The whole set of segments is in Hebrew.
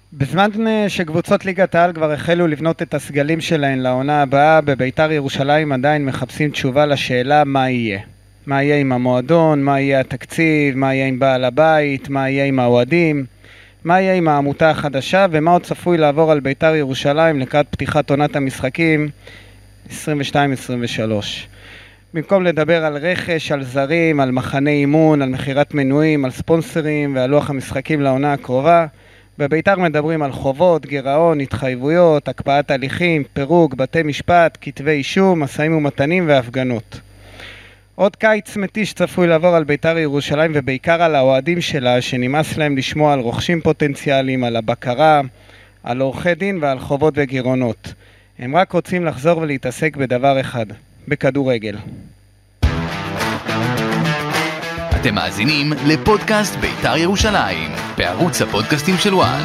בזמן שקבוצות ליגת העל כבר החלו לבנות את הסגלים שלהן לעונה הבאה, בביתר ירושלים עדיין מחפשים תשובה לשאלה מה יהיה. מה יהיה עם המועדון, מה יהיה התקציב, מה יהיה עם בעל הבית, מה יהיה עם האוהדים, מה יהיה עם העמותה החדשה ומה עוד צפוי לעבור על ביתר ירושלים לקראת פתיחת עונת המשחקים 22-23. במקום לדבר על רכש, על זרים, על מחנה אימון, על מחירת מנויים, על ספונסרים ועל לוח המשחקים לעונה הקרובה, בביתר מדברים על חובות, גירעון, התחייבויות, הקפאת הליכים, פירוק, בתי משפט, כתבי אישום, משאים ומתנים והפגנות. עוד קיץ מתיש צפוי לעבור על ביתר ירושלים ובעיקר על האוהדים שלה שנמאס להם לשמוע על רוכשים פוטנציאליים, על הבקרה, על עורכי דין ועל חובות וגירעונות. הם רק רוצים לחזור ולהתעסק בדבר אחד, בכדורגל. אתם מאזינים לפודקאסט ביתר ירושלים, בערוץ הפודקאסטים של וואן.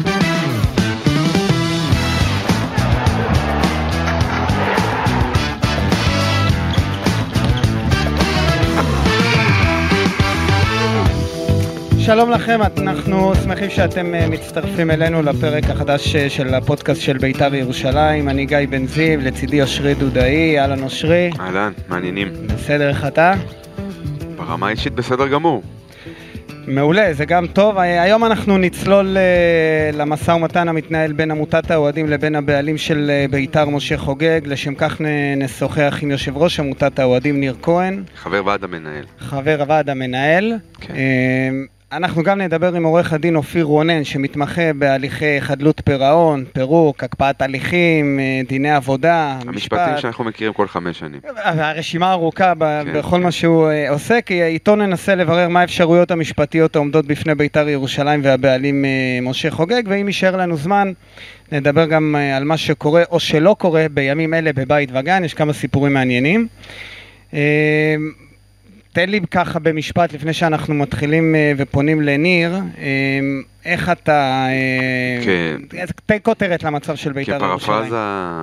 שלום לכם, אנחנו שמחים שאתם מצטרפים אלינו לפרק החדש של הפודקאסט של ביתר ירושלים. אני גיא בן זיו, לצידי אושרי דודאי. אהלן אושרי. אהלן, מעניינים. בסדר, איך אתה? ברמה אישית בסדר גמור. מעולה, זה גם טוב. היום אנחנו נצלול למשא ומתן המתנהל בין עמותת האוהדים לבין הבעלים של ביתר משה חוגג. לשם כך נשוחח עם יושב ראש עמותת האוהדים ניר כהן. חבר ועד המנהל. חבר ועד המנהל. כן. אנחנו גם נדבר עם עורך הדין אופיר רונן שמתמחה בהליכי חדלות פירעון, פירוק, הקפאת הליכים, דיני עבודה, המשפטים שאנחנו מכירים כל 5 שנים. הרשימה ארוכה בכל מה שהוא עושה, כי איתו ננסה לברר מה האפשרויות המשפטיות העומדות בפני ביתר ירושלים והבעלים משה חוגג, ואם יישאר לנו זמן נדבר גם על מה שקורה או שלא קורה בימים אלה בבית וגן. יש כמה סיפורים מעניינים. תן לי ככה במשפט לפני שאנחנו מתחילים ופונים לניר, איך אתה, תן כותרת למצב של ביתר ירושלים. כפרפרזה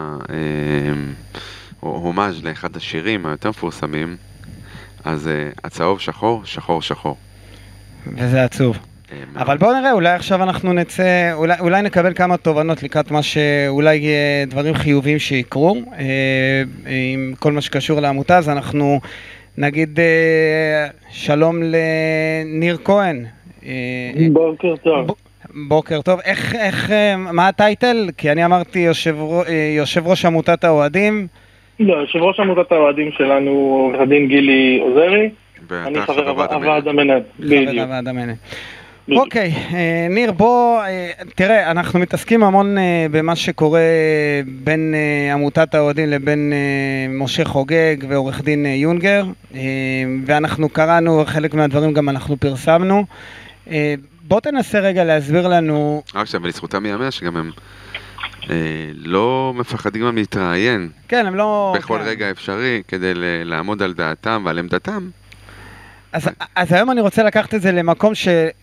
או הומאז' לאחד השירים היותר מפורסמים, אז הצהוב שחור, שחור שחור. וזה עצוב. אבל בואו נראה, אולי עכשיו אנחנו נצא, אולי נקבל כמה תובנות לקראת מה שאולי יהיה דברים חיוביים שיקרו, עם כל מה שקשור לעמותה. אז אנחנו נגיד שלום לניר כהן. בוקר טוב. בוקר טוב. איך, מה הטייטל? כי אני אמרתי יושב ראש עמותת האוהדים. לא, יושב ראש עמותת האוהדים שלנו עורך הדין גילי עוזרי. אני חבר הוועד המנהל. חבר הוועד המנהל. אוקיי, ניר, בוא, תראה, אנחנו מתעסקים המון במה שקורה בין עמותת האוהדים לבין משה חוגג ועורך דין יונגר, ואנחנו קראנו חלק מהדברים, גם אנחנו פרסמנו. בוא תנסה רגע להסביר לנו. עכשיו, ולזכותם ייאמר שגם הם לא מפחדים גם להתראיין. כן, הם לא. בכל רגע אפשרי כדי לעמוד על ועל עמדתם. אז היום אני רוצה לקחת את זה למקום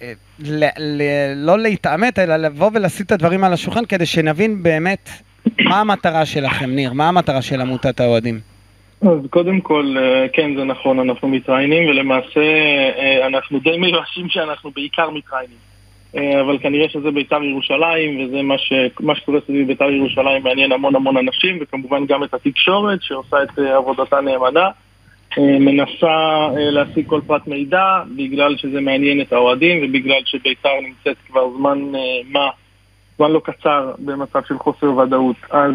לא להתאמת, אלא לבוא ולשים את הדברים על השולחן, כדי שנבין באמת מה המטרה שלכם, ניר, מה המטרה של עמותת האוהדים. אז קודם כל, כן, זה נכון, אנחנו מתראיינים, ולמעשה אנחנו די מיואשים שאנחנו בעיקר מתראיינים. אבל כנראה שזה ביתר ירושלים, וזה מה שקורה סביב ביתר ירושלים מעניין המון אנשים, וכמובן גם את התקשורת שעושה את עבודתה נאמנה. מנסה להשיג כל פרט מידע בגלל שזה מעניין את האוהדים ובגלל שביתר נמצאת כבר זמן לא קצר במצב של חוסר ודאות. אז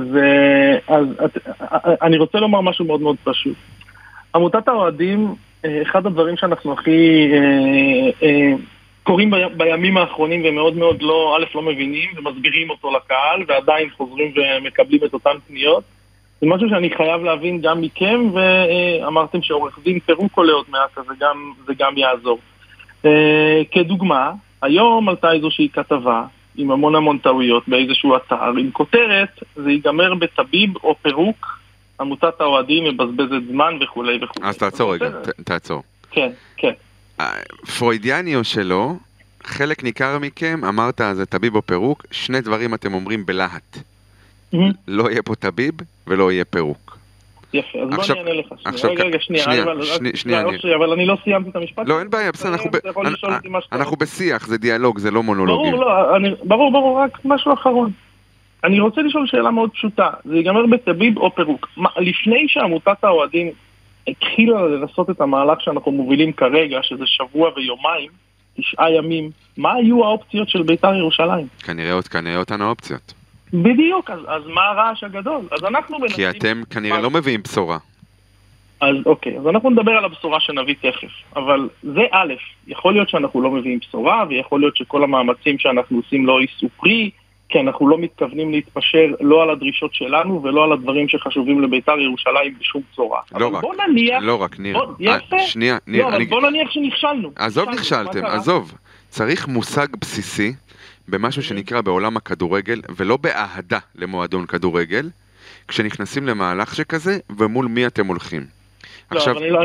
אני רוצה לומר משהו מאוד מאוד פשוט. עמותת האוהדים, אחד הדברים שאנחנו הכי קוראים בימים האחרונים ומאוד מאוד לא מבינים ומסבירים אותו לקהל ועדיין חוזרים ומקבלים את אותן פניות, זה משהו שאני חייב להבין גם מכם, ואמרתם שעורך דין פירוק עולה עוד מעט, אז זה גם יעזור. כדוגמה, היום עלתה איזושהי כתבה עם המון טעויות באיזשהו אתר, עם כותרת, זה ייגמר בטביב או פירוק, עמותת האוהדים מבזבזת זמן וכו'. אז תעצור רגע, תעצור. כן. פרוידיאני או שלא, חלק ניכר מכם, אמרת זה טביב או פירוק, 2 דברים אתם אומרים בלהט. לא יהיה פה טביב ולא יהיה פירוק. יפה, אז בוא אני אענה לך. רגע, שנייה, אבל אני לא סיימתי את המשפט. לא, אין בעיה, בסדר, אנחנו בשיח, זה דיאלוג, זה לא מונולוגיה. ברור, רק משהו אחרון. אני רוצה לשאול שאלה מאוד פשוטה, זה ייגמר בטביב או פירוק. לפני שעמותת האוהדים התחילה לנסות את המהלך שאנחנו מובילים כרגע, שזה שבוע ויומיים, 9 ימים, מה היו האופציות של בית"ר ירושלים? כנראה אותן האופציות. בדיוק, אז מה הרעש הגדול? אז אנחנו מנסים... כי אתם כנראה לא מביאים בשורה. אז אוקיי, אז אנחנו נדבר על הבשורה שנביא תכף, אבל זה א', יכול להיות שאנחנו לא מביאים בשורה, ויכול להיות שכל המאמצים שאנחנו עושים לא יישאו פרי, כי אנחנו לא מתכוונים להתפשר לא על הדרישות שלנו ולא על הדברים שחשובים לבית"ר ירושלים בשום צורה. לא רק, ניר. שנייה, ניר. אבל בוא נניח שנכשלנו. עזוב נכשלתם, עזוב. צריך מושג בסיסי במשהו שנקרא בעולם הכדורגל, ולא באהדה למועדון כדורגל, כשנכנסים למהלך שכזה, ומול מי אתם הולכים. לא,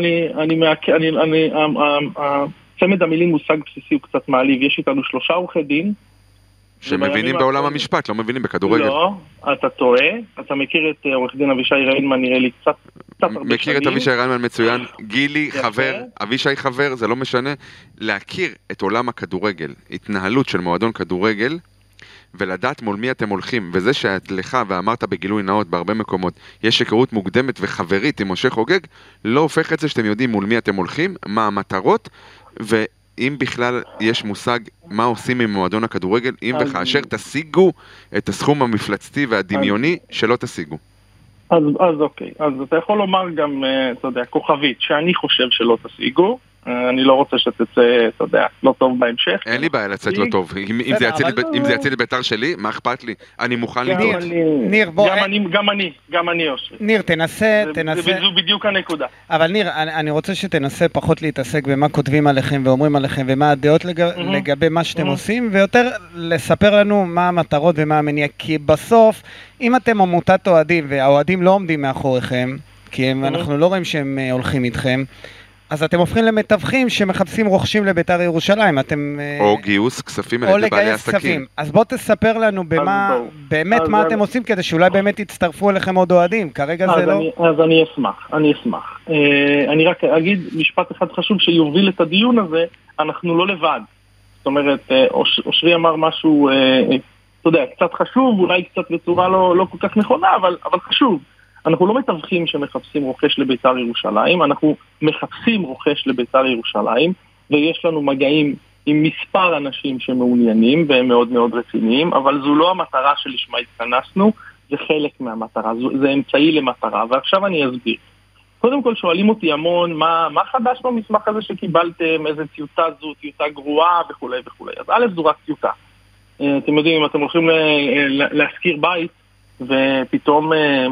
צמד המילים מושג בסיסי הוא קצת מעליב. יש איתנו 3 עורכי דין, שמבינים בעולם המשפט, לא מבינים בכדורגל. לא, אתה טועה. אתה מכיר את עורך דין אבישי ריינמן, נראה לי קצת הרבה שנים. מכיר את אבישי ריינמן מצוין. גילי חבר, אבישי חבר, זה לא משנה. להכיר את עולם הכדורגל, התנהלות של מועדון כדורגל, ולדעת מול מי אתם הולכים. וזה שאת לך, ואמרת בגילוי נאות בהרבה מקומות, יש היכרות מוקדמת וחברית עם משה חוגג, לא הופך את זה שאתם יודעים מול מי אתם הולכים, מה המטרות, אם בכלל יש מושג מה עושים עם מועדון הכדורגל, אם וכאשר תשיגו את הסכום המפלצתי והדמיוני שלא תשיגו. אז אוקיי, אז אתה יכול לומר גם, אתה יודע, כוכבית, שאני חושב שלא תשיגו, אני לא רוצה שתצא, אתה יודע, לא טוב בהמשך. אין לי בעיה לצאת לא טוב. אם זה יציל את בית"ר שלי, מה אכפת לי? אני מוכן לטעות. ניר, בוא... גם אני אושרי. ניר, תנסה... וזו בדיוק הנקודה. אבל ניר, אני רוצה שתנסה פחות להתעסק במה כותבים עליכם ואומרים עליכם ומה הדעות לגבי מה שאתם עושים, ויותר לספר לנו מה המטרות ומה המניע. כי בסוף, אם אתם עמותת אוהדים, והאוהדים לא עומדים מאחוריכם, כי אנחנו לא רואים שהם הולכים איתכם, אז אתם הופכים למתווכים שמחפשים רוכשים לבית"ר ירושלים, אתם... או גיוס כספים על ידי בעלי עסקים. אז בוא תספר לנו באמת מה אתם עושים, כדי שאולי באמת יצטרפו אליכם עוד אוהדים, כרגע זה לא... אז אני אשמח. אני רק אגיד משפט אחד חשוב שיוביל את הדיון הזה, אנחנו לא לבד. זאת אומרת, אושרי אמר משהו, אתה יודע, קצת חשוב, אולי קצת בצורה לא כל כך נכונה, אבל חשוב. אנחנו לא מתווכים שמחפשים רוכש לבית"ר ירושלים, אנחנו מחפשים רוכש לבית"ר ירושלים, ויש לנו מגעים עם מספר אנשים שמעוניינים, והם מאוד מאוד רציניים, אבל זו לא המטרה שלשמה התכנסנו, זה חלק מהמטרה, זה אמצעי למטרה, ועכשיו אני אסביר. קודם כל שואלים אותי המון, מה חדש במסמך הזה שקיבלתם, איזה ציוטה זו, ציוטה גרועה וכו' וכו'. אז א' זו רק ציוטה. אתם יודעים, אם אתם הולכים להשכיר בית, ופתאום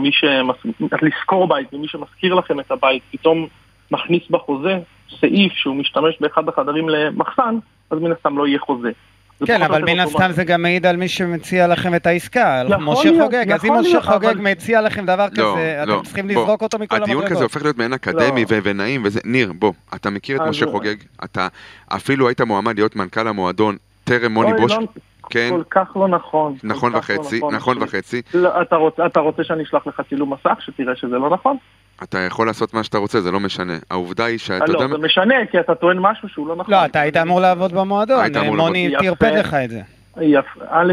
לזכור בית, ומי שמזכיר לכם את הבית, פתאום מכניס בחוזה סעיף שהוא משתמש באחד החדרים למחסן, אז מן הסתם לא יהיה חוזה. כן, אבל מן הסתם זה גם מעיד על מי שמציע לכם את העסקה, על משה חוגג. אז אם משה חוגג מציע לכם דבר כזה, אתם צריכים לזרוק אותו מכל המדרגות. הדיון כזה הופך להיות מעין אקדמי ונעים, וזה, ניר, בוא, אתה מכיר את משה חוגג, אתה אפילו היית מועמד להיות מנכ"ל המועדון, טרם מוני ברוש, כן. כל כך לא נכון. נכון וחצי. אתה רוצה שאני אשלח לך צילום מסך, שתראה שזה לא נכון? אתה יכול לעשות מה שאתה רוצה, זה לא משנה. העובדה היא שאתה... לא, זה משנה, כי אתה טוען משהו שהוא לא נכון. לא, אתה היית אמור לעבוד במועדון, מוני תרפד לך את זה. א',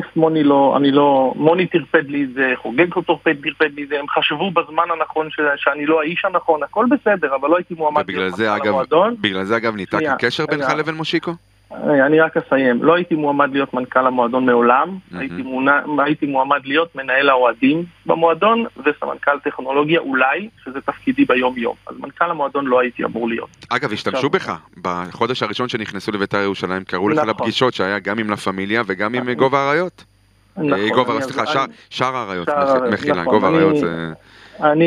מוני תרפד לי זה, חוגג תרפד לי זה, הם חשבו בזמן הנכון שאני לא האיש הנכון, הכל בסדר, אבל לא הייתי מועמד להיות מנכ"ל המועדון. בגלל זה אגב ניתק הקשר בינך לבין מושיקו? אני רק אסיים, לא הייתי מועמד להיות מנכ"ל המועדון מעולם, הייתי מועמד להיות מנהל האוהדים במועדון וסמנכ"ל טכנולוגיה אולי, שזה תפקידי ביום יום, אז מנכ"ל המועדון לא הייתי אמור להיות. אגב, השתמשו בך, בחודש הראשון שנכנסו לבית"ר ירושלים, קראו לך לפגישות שהיה גם עם לה פמיליה וגם עם גובה האריות. סליחה, שער האריות, מחילה, גובה האריות זה... אני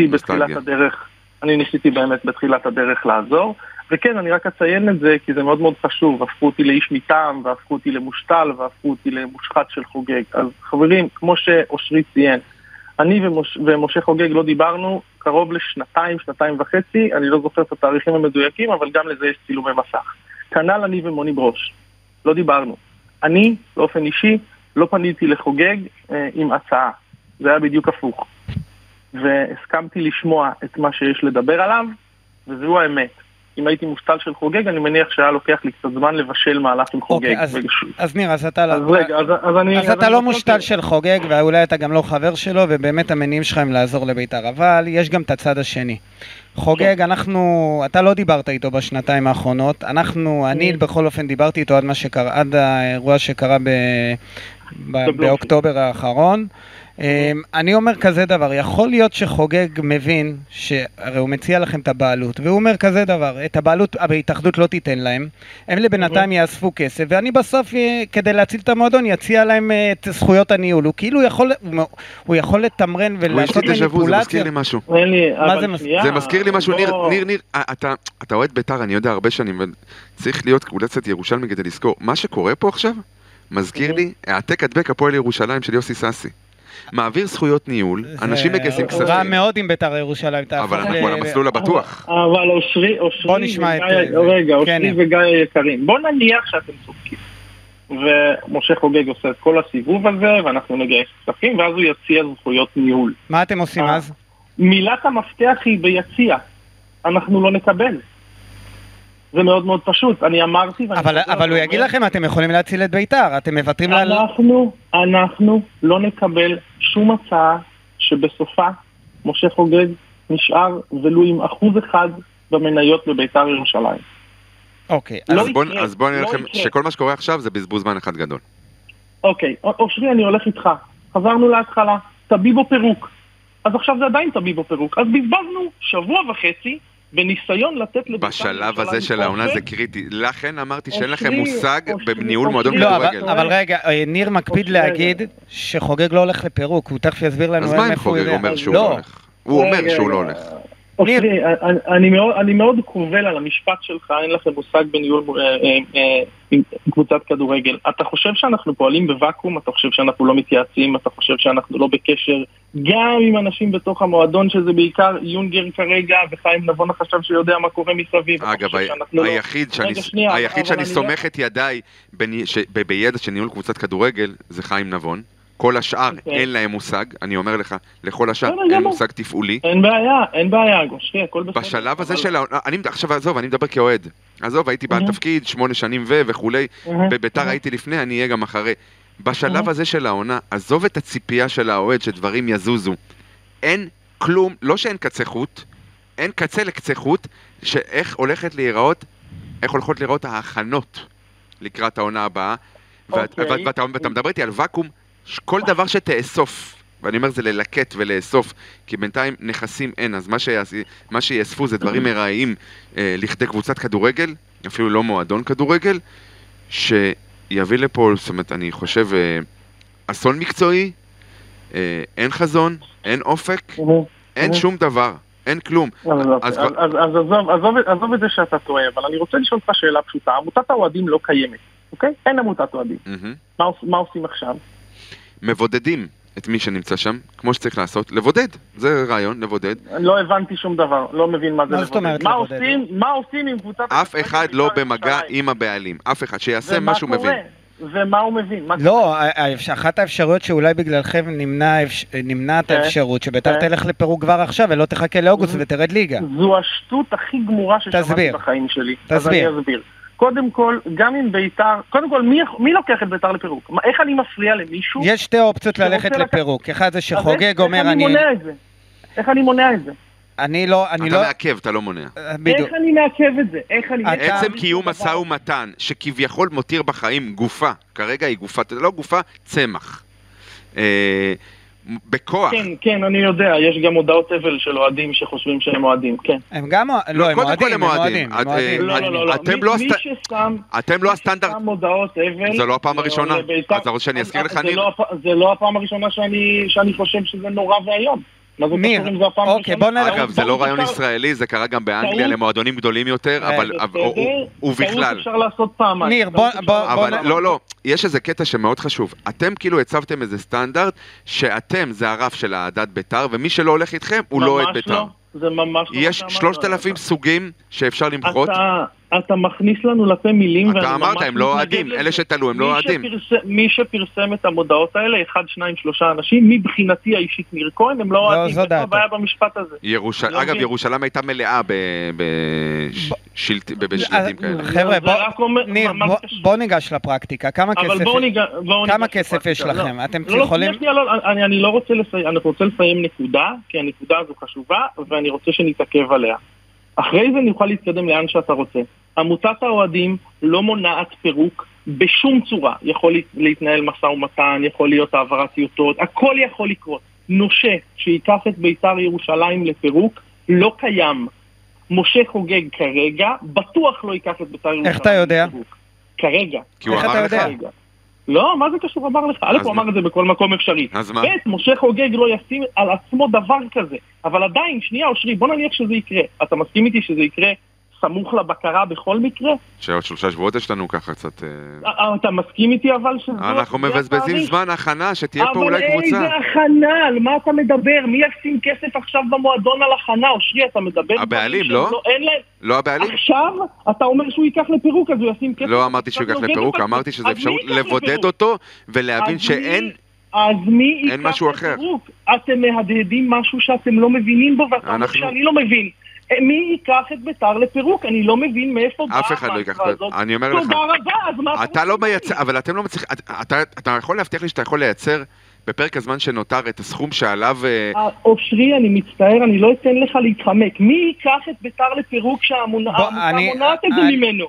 ניסיתי באמת בתחילת הדרך לעזור, וכן, אני רק אציין את זה, כי זה מאוד מאוד חשוב. הפכו אותי לאיש מטעם, והפכו אותי למושתל, והפכו אותי למושחת של חוגג. אז חברים, כמו שאושרי ציין, אני ומשה חוגג לא דיברנו קרוב לשנתיים וחצי, אני לא זוכר את התאריכים המדויקים, אבל גם לזה יש צילומי מסך. כנ"ל אני ומוני ברוש. לא דיברנו. אני, באופן אישי, לא פניתי לחוגג עם הצעה. זה היה בדיוק הפוך. והסכמתי לשמוע את מה שיש לדבר עליו, וזהו האמת. אם הייתי מובטל של חוגג, אני מניח שהיה לוקח לי קצת זמן לבשל מהלך עם חוגג. אז ניר, אז אתה לא מושתל של חוגג, ואולי אתה גם לא חבר שלו, ובאמת המניעים שלך הם לעזור לבית"ר, אבל יש גם את הצד השני. חוגג, אתה לא דיברת איתו בשנתיים האחרונות, אני בכל אופן דיברתי איתו עד האירוע שקרה באוקטובר האחרון. אני אומר כזה דבר, יכול להיות שחוגג מבין שהרי הוא מציע לכם את הבעלות, והוא אומר כזה דבר, את הבעלות בהתאחדות לא תיתן להם, הם לבינתיים יאספו כסף, ואני בסוף כדי להציל את המועדון יציע להם את זכויות הניהול, הוא כאילו הוא יכול לתמרן ולעשות מניפולציה. זה מזכיר לי משהו. זה מזכיר לי משהו, ניר, אתה אוהד בית"ר, אני יודע הרבה שנים, צריך להיות אולי קצת ירושלמי כדי לזכור, מה שקורה פה עכשיו, מזכיר לי, העתק הדבק הפועל ירושלים של יוסי סאסי. מעביר זכויות ניהול, אנשים מגייסים כספים. רע מאוד עם בית"ר ירושלים. אבל אנחנו על המסלול הבטוח. אבל אושרי וגיא יקרים, בוא נניח שאתם צודקים. ומשה חוגג עושה את כל הסיבוב הזה, ואנחנו נגייס כספים, ואז הוא יציע זכויות ניהול. מה אתם עושים אז? מילת המפתח היא ביציע. אנחנו לא נקבל. זה מאוד מאוד פשוט, אני אמרתי... אבל הוא יגיד לכם, אתם יכולים להציל את בית"ר, אתם מוותרים אנחנו לא נקבל שום הצעה שבסופה משה חוגג נשאר ולו עם 1% במניות בבית"ר ירושלים. אוקיי. אז בואו נראה לכם שכל מה שקורה עכשיו זה בזבוז זמן אחד גדול. אוקיי, אושרי, אני הולך איתך. חזרנו להתחלה, טביבו פירוק. אז עכשיו זה עדיין טביבו פירוק. אז בזבזנו שבוע וחצי בניסיון לתת לבית"ר בשלב הזה של העונה זה קריטי. לכן אמרתי שאין לכם מושג בניהול מועדון כדורגל. אבל רגע, ניר מקפיד להגיד שחוגג לא הולך לפירוק, הוא תכף יסביר לנו אז מה אם חוגג אומר שהוא לא הולך? הוא אומר שהוא לא הולך. אני מאוד קובל על המשפט שלך, אין לכם מושג בניהול קבוצת כדורגל. אתה חושב שאנחנו פועלים בוואקום, אתה חושב שאנחנו לא מתייעצים, אתה חושב שאנחנו לא בקשר גם עם אנשים בתוך המועדון, שזה בעיקר יונגר כרגע, וחיים נבון החשב שיודע מה קורה מסביב. אגב, היחיד שאני סומך את ידיי בידע של ניהול קבוצת כדורגל זה חיים נבון. כל השאר אין להם מושג, אני אומר לך, לכל השאר אין מושג תפעולי. אין בעיה, אושרי, הכל בסדר. בשלב הזה של העונה, עכשיו עזוב, אני מדבר כאוהד. עזוב, הייתי בעל תפקיד, 8 שנים וכולי, בבית"ר הייתי לפני, אני אהיה גם אחרי. בשלב הזה של העונה, עזוב את הציפייה של האוהד שדברים יזוזו. אין כלום, לא שאין קצה חוט, אין קצה לקצה חוט, שאיך הולכות להיראות ההכנות לקראת העונה הבאה, ואתה מדבר איתי על ואקום, כל דבר שתאסוף, ואני אומר זה ללקט ולאסוף, כי בינתיים נכסים אין, אז מה שיאספו זה דברים מרעיים לכדי קבוצת כדורגל, אפילו לא מועדון כדורגל, שיביא לפה, זאת אומרת, אני חושב, אסון מקצועי, אין חזון, אין אופק, אין שום דבר, אין כלום. אז עזוב את זה שאתה טועה, אבל אני רוצה לשאול אותך שאלה פשוטה, עמותת האוהדים לא קיימת, אוקיי? אין עמותת אוהדים. מה עושים עכשיו? מבודדים את מי שנמצא שם, כמו שצריך לעשות, לבודד. זה רעיון, לבודד. לא הבנתי שום דבר, לא מבין מה זה לבודד. מה עושים עם קבוצת... אף אחד לא במגע עם הבעלים. אף אחד שיעשה מה שהוא מבין. ומה הוא מבין? לא, אחת האפשרויות שאולי בגללכם נמנעת האפשרות שבית"ר תלך לפירוק כבר עכשיו ולא תחכה לאוגוסט ותרד ליגה. זו השטות הכי גמורה ששמעתי בחיים שלי. אז אני אסביר. קודם כל, גם עם בית"ר, קודם כל, מי לוקח את בית"ר לפירוק? איך אני מפריע למישהו? יש 2 אופציות ללכת לפירוק. אחד זה שחוגג אומר אני... איך אני מונע את זה? אתה מעכב, אתה לא מונע. איך אני מעכב את זה? עצם קיום משא ומתן, שכביכול מותיר בחיים גופה, כרגע היא גופה, לא גופה, צמח. בכוח. כן, אני יודע, יש גם הודעות אבל של אוהדים שחושבים שהם אוהדים, כן. הם גם, לא, הם אוהדים. אתם לא הסטנדרט. זה לא הפעם הראשונה. אתה רוצה שאני אזכיר לך, ניר? זה לא הפעם הראשונה שאני חושב שזה נורא והיום. ניר, אוקיי, בוא נלך. אגב, זה לא רעיון ישראלי, זה קרה גם באנגליה למועדונים גדולים יותר, אבל ובכלל. אפשר לעשות פעם. ניר, בוא... לא, יש איזה קטע שמאוד חשוב. אתם כאילו הצבתם איזה סטנדרט, שאתם זה הרף של העדת בית"ר, ומי שלא הולך איתכם, הוא לא אוהד בית"ר. זה ממש לא. יש 3,000 סוגים שאפשר למחות. אתה מכניס לנו לפה מילים. אתה אמרת, הם לא אוהדים, אלה שתלו, הם לא אוהדים. מי שפרסם את המודעות האלה, 1, 2, 3 אנשים, מבחינתי האישית ניר כהן, הם לא אוהדים. זו דעתי. הבעיה במשפט הזה. אגב, ירושלים הייתה מלאה בשלטים כאלה. חבר'ה, ניר, בוא ניגש לפרקטיקה. כמה כסף יש לכם? אתם יכולים... אני לא רוצה לסיים, אני רוצה לסיים נקודה, כי הנקודה הזו חשובה, ואני רוצה שנתעכב עליה. אחרי זה נוכל להתקדם לאן שאתה רוצה. עמותת האוהדים לא מונעת פירוק בשום צורה. יכול להתנהל משא ומתן, יכול להיות העברת טיוטות, הכל יכול לקרות. נושה שיקח את בית"ר ירושלים לפירוק לא קיים. משה חוגג כרגע, בטוח לא ייקח את בית"ר ירושלים. איך אתה יודע? כרגע. כי הוא אמר לך. לא, מה זה קשור אמר לך? א', הוא אמר את זה בכל מקום אפשרי. אז מה? ב', משה חוגג לא ישים על עצמו דבר כזה. אבל עדיין, שנייה אושרי, בוא נניח שזה יקרה. אתה מסכים איתי שזה יקרה סמוך לבקרה בכל מקרה? שעוד 3 שבועות יש לנו ככה קצת... אתה מסכים איתי אבל שזה... אנחנו מבזבזים זמן הכנה, שתהיה פה אולי קבוצה. אבל איזה הכנה? על מה אתה מדבר? מי ישים כסף עכשיו במועדון על הכנה? אושרי, אתה מדבר... הבעלים, לא? לא הבעלים? עכשיו אתה אומר שהוא ייקח לפירוק, אז הוא ישים כסף... לא אמרתי שהוא ייקח לפירוק, אמרתי שזה אפשרות לבודד אותו ולהבין שאין... אז מי ייקח לפירוק? אתם מהדהדים משהו שאתם לא מבינים בו, ואתה אומר שאני לא מבין. מי ייקח את בית"ר לפירוק? אני לא מבין מאיפה באה. אף אחד לא ייקח את... אני אומר לך... תודה רבה, אז מה... אתה לא מייצר, אבל אתם לא מצליחים... אתה יכול להבטיח לי שאתה יכול לייצר בפרק הזמן שנותר את הסכום שעליו... אושרי, אני מצטער, אני לא אתן לך להתחמק. מי ייקח את בית"ר לפירוק שהעמותה מונעת את זה ממנו?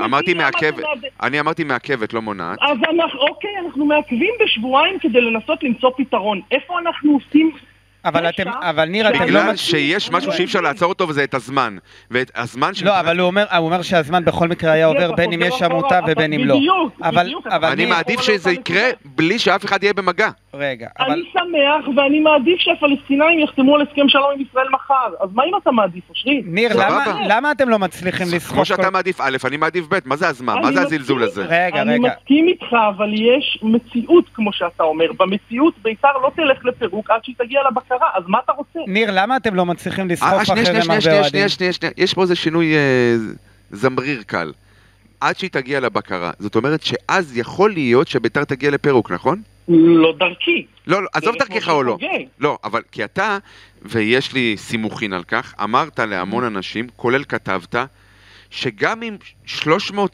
אני אמרתי מעכבת, לא מונעת. אז אוקיי, אנחנו מעכבים בשבועיים כדי לנסות למצוא פתרון. איפה אנחנו עושים... אבל ניר, אתם לא... בגלל שיש משהו שאי אפשר לעצור אותו וזה את הזמן. ואת הזמן לא, אבל הוא אומר שהזמן בכל מקרה היה עובר בין אם יש עמותה ובין אם לא. בדיוק. אני מעדיף שזה יקרה בלי שאף אחד יהיה במגע. רגע, אני שמח ואני מעדיף שהפלסטינאים יחתמו על הסכם שלום עם ישראל מחר. אז מה אם אתה מעדיף, אושרי? ניר, למה אתם לא מצליחים לסחוף... כמו שאתה מעדיף א', אני מעדיף ב', מה זה הזמן? מה זה הזלזול הזה? רגע. אני מסכים איתך, אבל יש מציאות, כמו שאתה אומר. במציאות בית"ר לא תלך לפירוק עד שהיא תגיע לבקרה. אז מה אתה רוצה? ניר, למה אתם לא מצליחים לסחוף אחרי הרבה אוהדים? שנייה. יש פה איזה שינוי זמריר קל. עד שהיא תגיע לבקרה. זאת אומרת שאז יכול להיות שבית"ר תגיע לפירוק, נכון? לא דרכי. לא, עזוב דרכך או לא. לא, אבל כי אתה, ויש לי סימוכין על כך, אמרת להמון אנשים, כולל כתבת, שגם אם 300%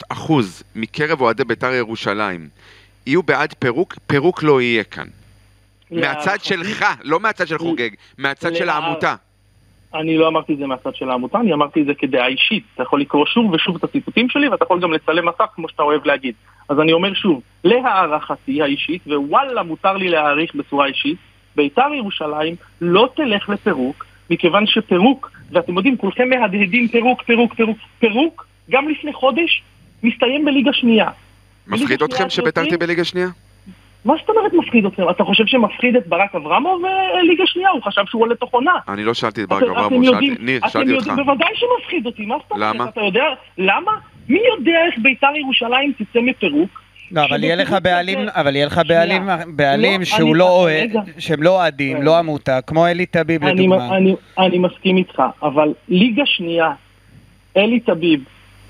מקרב אוהדי בית"ר ירושלים יהיו בעד פירוק, פירוק לא יהיה כאן. מהצד שלך, לא מהצד של חוגג, מהצד של העמותה. אני לא אמרתי את זה מהצד של העמותה, אני אמרתי את זה כדעה אישית. אתה יכול לקרוא שוב ושוב את הציטוטים שלי, ואתה יכול גם לצלם מסך כמו שאתה אוהב להגיד. אז אני אומר שוב, להערכתי האישית, ווואלה מותר לי להעריך בצורה אישית, בית"ר ירושלים לא תלך לפירוק, מכיוון שפירוק, ואתם יודעים, כולכם מהדהדים פירוק, גם לפני חודש, מסתיים בליגה שנייה. מפחיד אתכם שבית"ר תהיה בליגה שנייה? מה זאת אומרת מפחיד אתכם? אתה חושב שמפחיד את ברק אברמוב ליגה שנייה? הוא חשב שהוא עולה תוכנה. אני לא שאלתי את ברק אברמוב, שאלתי אותך. בוודאי שמפחיד אותי, מה זאת אומרת? למה? אתה יודע, למה? מי יודע איך בית"ר ירושלים תצא מפירוק? לא, אבל יהיה לך בעלים שהוא לא אוהד, שהם לא אוהדים, לא עמותה, כמו אלי טביב לדוגמה. אני מסכים איתך, אבל ליגה שנייה, אלי טביב,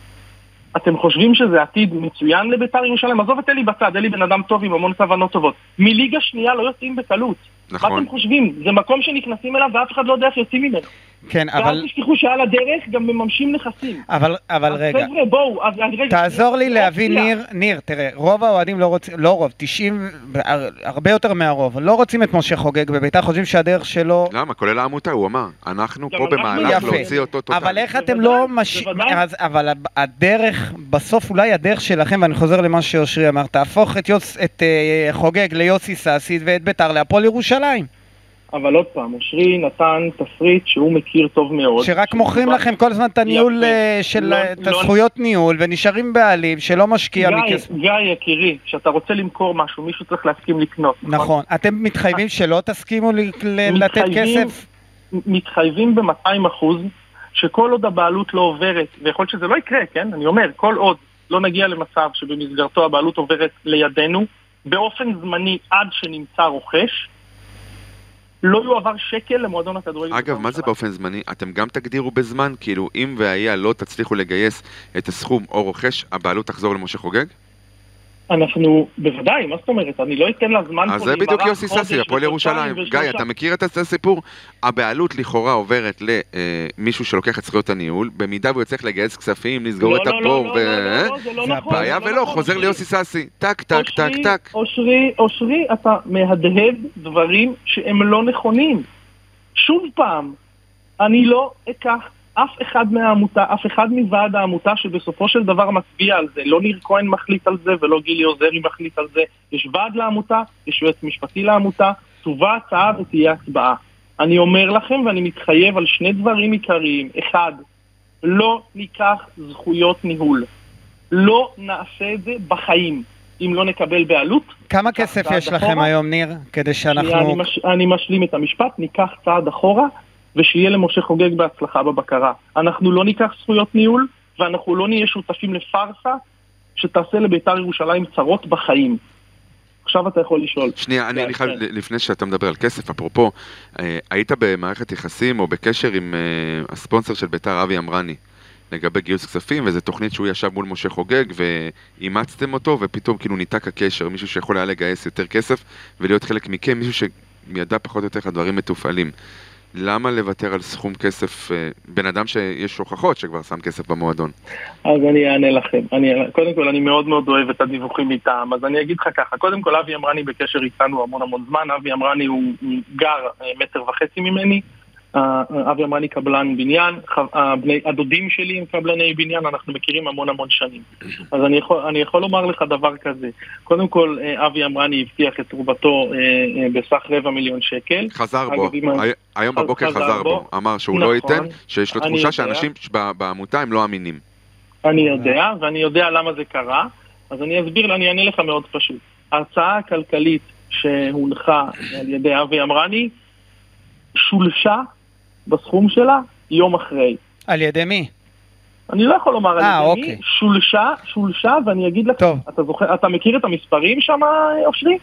אתם חושבים שזה עתיד מצוין לבית"ר ירושלים? עזוב את אלי בצד, אלי בן אדם טוב עם המון כוונות טובות. מליגה שנייה לא יוצאים בקלות. נכון. מה אתם חושבים? זה מקום שנכנסים אליו ואף אחד לא יודע איך יוצאים ממנו. כן, אבל... ואל תשכחו שעל הדרך גם מממשים נכסים. אבל רגע. חבר'ה, בואו, אז רגע. תעזור לי להבין, ניר, תראה, רוב האוהדים לא רוצים, לא רוב, 90, הרבה יותר מהרוב, לא רוצים את משה חוגג בבית"ר, חושבים שהדרך שלו... למה? כולל העמותה, הוא אמר. אנחנו פה במהלך להוציא אותו טוטל. אבל איך אתם לא אבל הדרך, בסוף אולי הדרך שלכם, ואני חוזר למה שאושרי אמר, תהפוך את חוגג ליוסי סאסי ואת בית"ר להפועל ירושלים. אבל עוד פעם, אושרי נתן תפריט שהוא מכיר טוב מאוד. שרק מוכרים לכם כל הזמן את הניהול של הזכויות ניהול, ונשארים בעלים שלא משקיע מכסף. גיא, יקירי, כשאתה רוצה למכור משהו, מישהו צריך להסכים לקנות. נכון. אתם מתחייבים שלא תסכימו לתת כסף? מתחייבים ב-200% שכל עוד הבעלות לא עוברת, ויכול להיות שזה לא יקרה, כן? אני אומר, כל עוד לא נגיע למצב שבמסגרתו הבעלות עוברת לידינו, באופן זמני עד שנמצא רוכש, לא יועבר שקל למועדון הכדורגל. אגב, מה זה באופן זמני? אתם גם תגדירו בזמן, כאילו אם והיה לא תצליחו לגייס את הסכום או רוכש, הבעלות תחזור למשה חוגג? אנחנו, בוודאי, מה זאת אומרת? אני לא אתן לה זמן פה. אז זה בדיוק יוסי ססי, הפועל ירושלים. גיא, אתה מכיר את הסיפור? הבעלות לכאורה עוברת למישהו שלוקח את זכויות הניהול, במידה והוא יצטרך לגייס כספים, לסגור את הבור, זה הבעיה ולא, חוזר ליוסי ססי. טק, טק, טק, טק. אושרי, אתה מהדהד דברים שהם לא נכונים. שוב פעם, אני לא אקח אף אחד מהעמותה, אף אחד מוועד העמותה שבסופו של דבר מצביע על זה. לא ניר כהן מחליט על זה ולא גילי עוזרי מחליט על זה. יש ועד לעמותה, יש יועץ משפטי לעמותה, תובא הצעה ותהיה הצבעה. אני אומר לכם ואני מתחייב על שני דברים עיקריים. אחד, לא ניקח זכויות ניהול. לא נעשה את זה בחיים. אם לא נקבל בעלות. כמה כסף יש לכם היום, ניר? כדי שאנחנו... אני משלים את המשפט, ניקח צעד אחורה. ושיהיה למשה חוגג בהצלחה בבקרה. אנחנו לא ניקח זכויות ניהול, ואנחנו לא נהיה שותפים לפרסה, שתעשה לביתר ירושלים צרות בחיים. עכשיו אתה יכול לשאול. שנייה, אני חייב, לפני שאתה מדבר על כסף, אפרופו, היית במערכת יחסים או בקשר עם הספונסר של ביתר, אבי אמרני, לגבי גיוס כספים, וזו תוכנית שהוא ישב מול משה חוגג, ואימצתם אותו, ופתאום כאילו ניתק הקשר, מישהו שיכול היה לגייס יותר כסף, ולהיות חלק מכם, מישהו שידע פחות או יותר הדברים מתופעלים. למה לוותר על סכום כסף, בן אדם שיש הוכחות שכבר שם כסף במועדון? אז אני אענה לכם. קודם כל, אני מאוד מאוד אוהב את הדיווחים איתם, אז אני אגיד לך ככה. קודם כל, אבי אמרני בקשר איתנו המון זמן. אבי אמרני הוא גר 1.5 מטר ממני. אבי אמרני קבלן בניין. הדודים שלי הם קבלני בניין, אנחנו מכירים המון שנים. אז אני יכול לומר לך דבר כזה. קודם כל, אבי אמרני הבטיח את תרומתו בסך 250,000 שקל. חזר בו. היום בבוקר חזר בו. אמר שהוא לא ייתן, שיש לו תחושה שאנשים בעמותה הם לא אמינים. אני יודע, ואני יודע למה זה קרה. אז אני אסביר, אני אענה לך מאוד פשוט. ההצעה הכלכלית שהונחה על ידי אבי אמרני שולשה בסכום שלה יום אחרי. על ידי מי? אני לא יכול לומר על ידי מי. שולשה, ואני אגיד לך, אתה מכיר את המספרים שם, אושרי?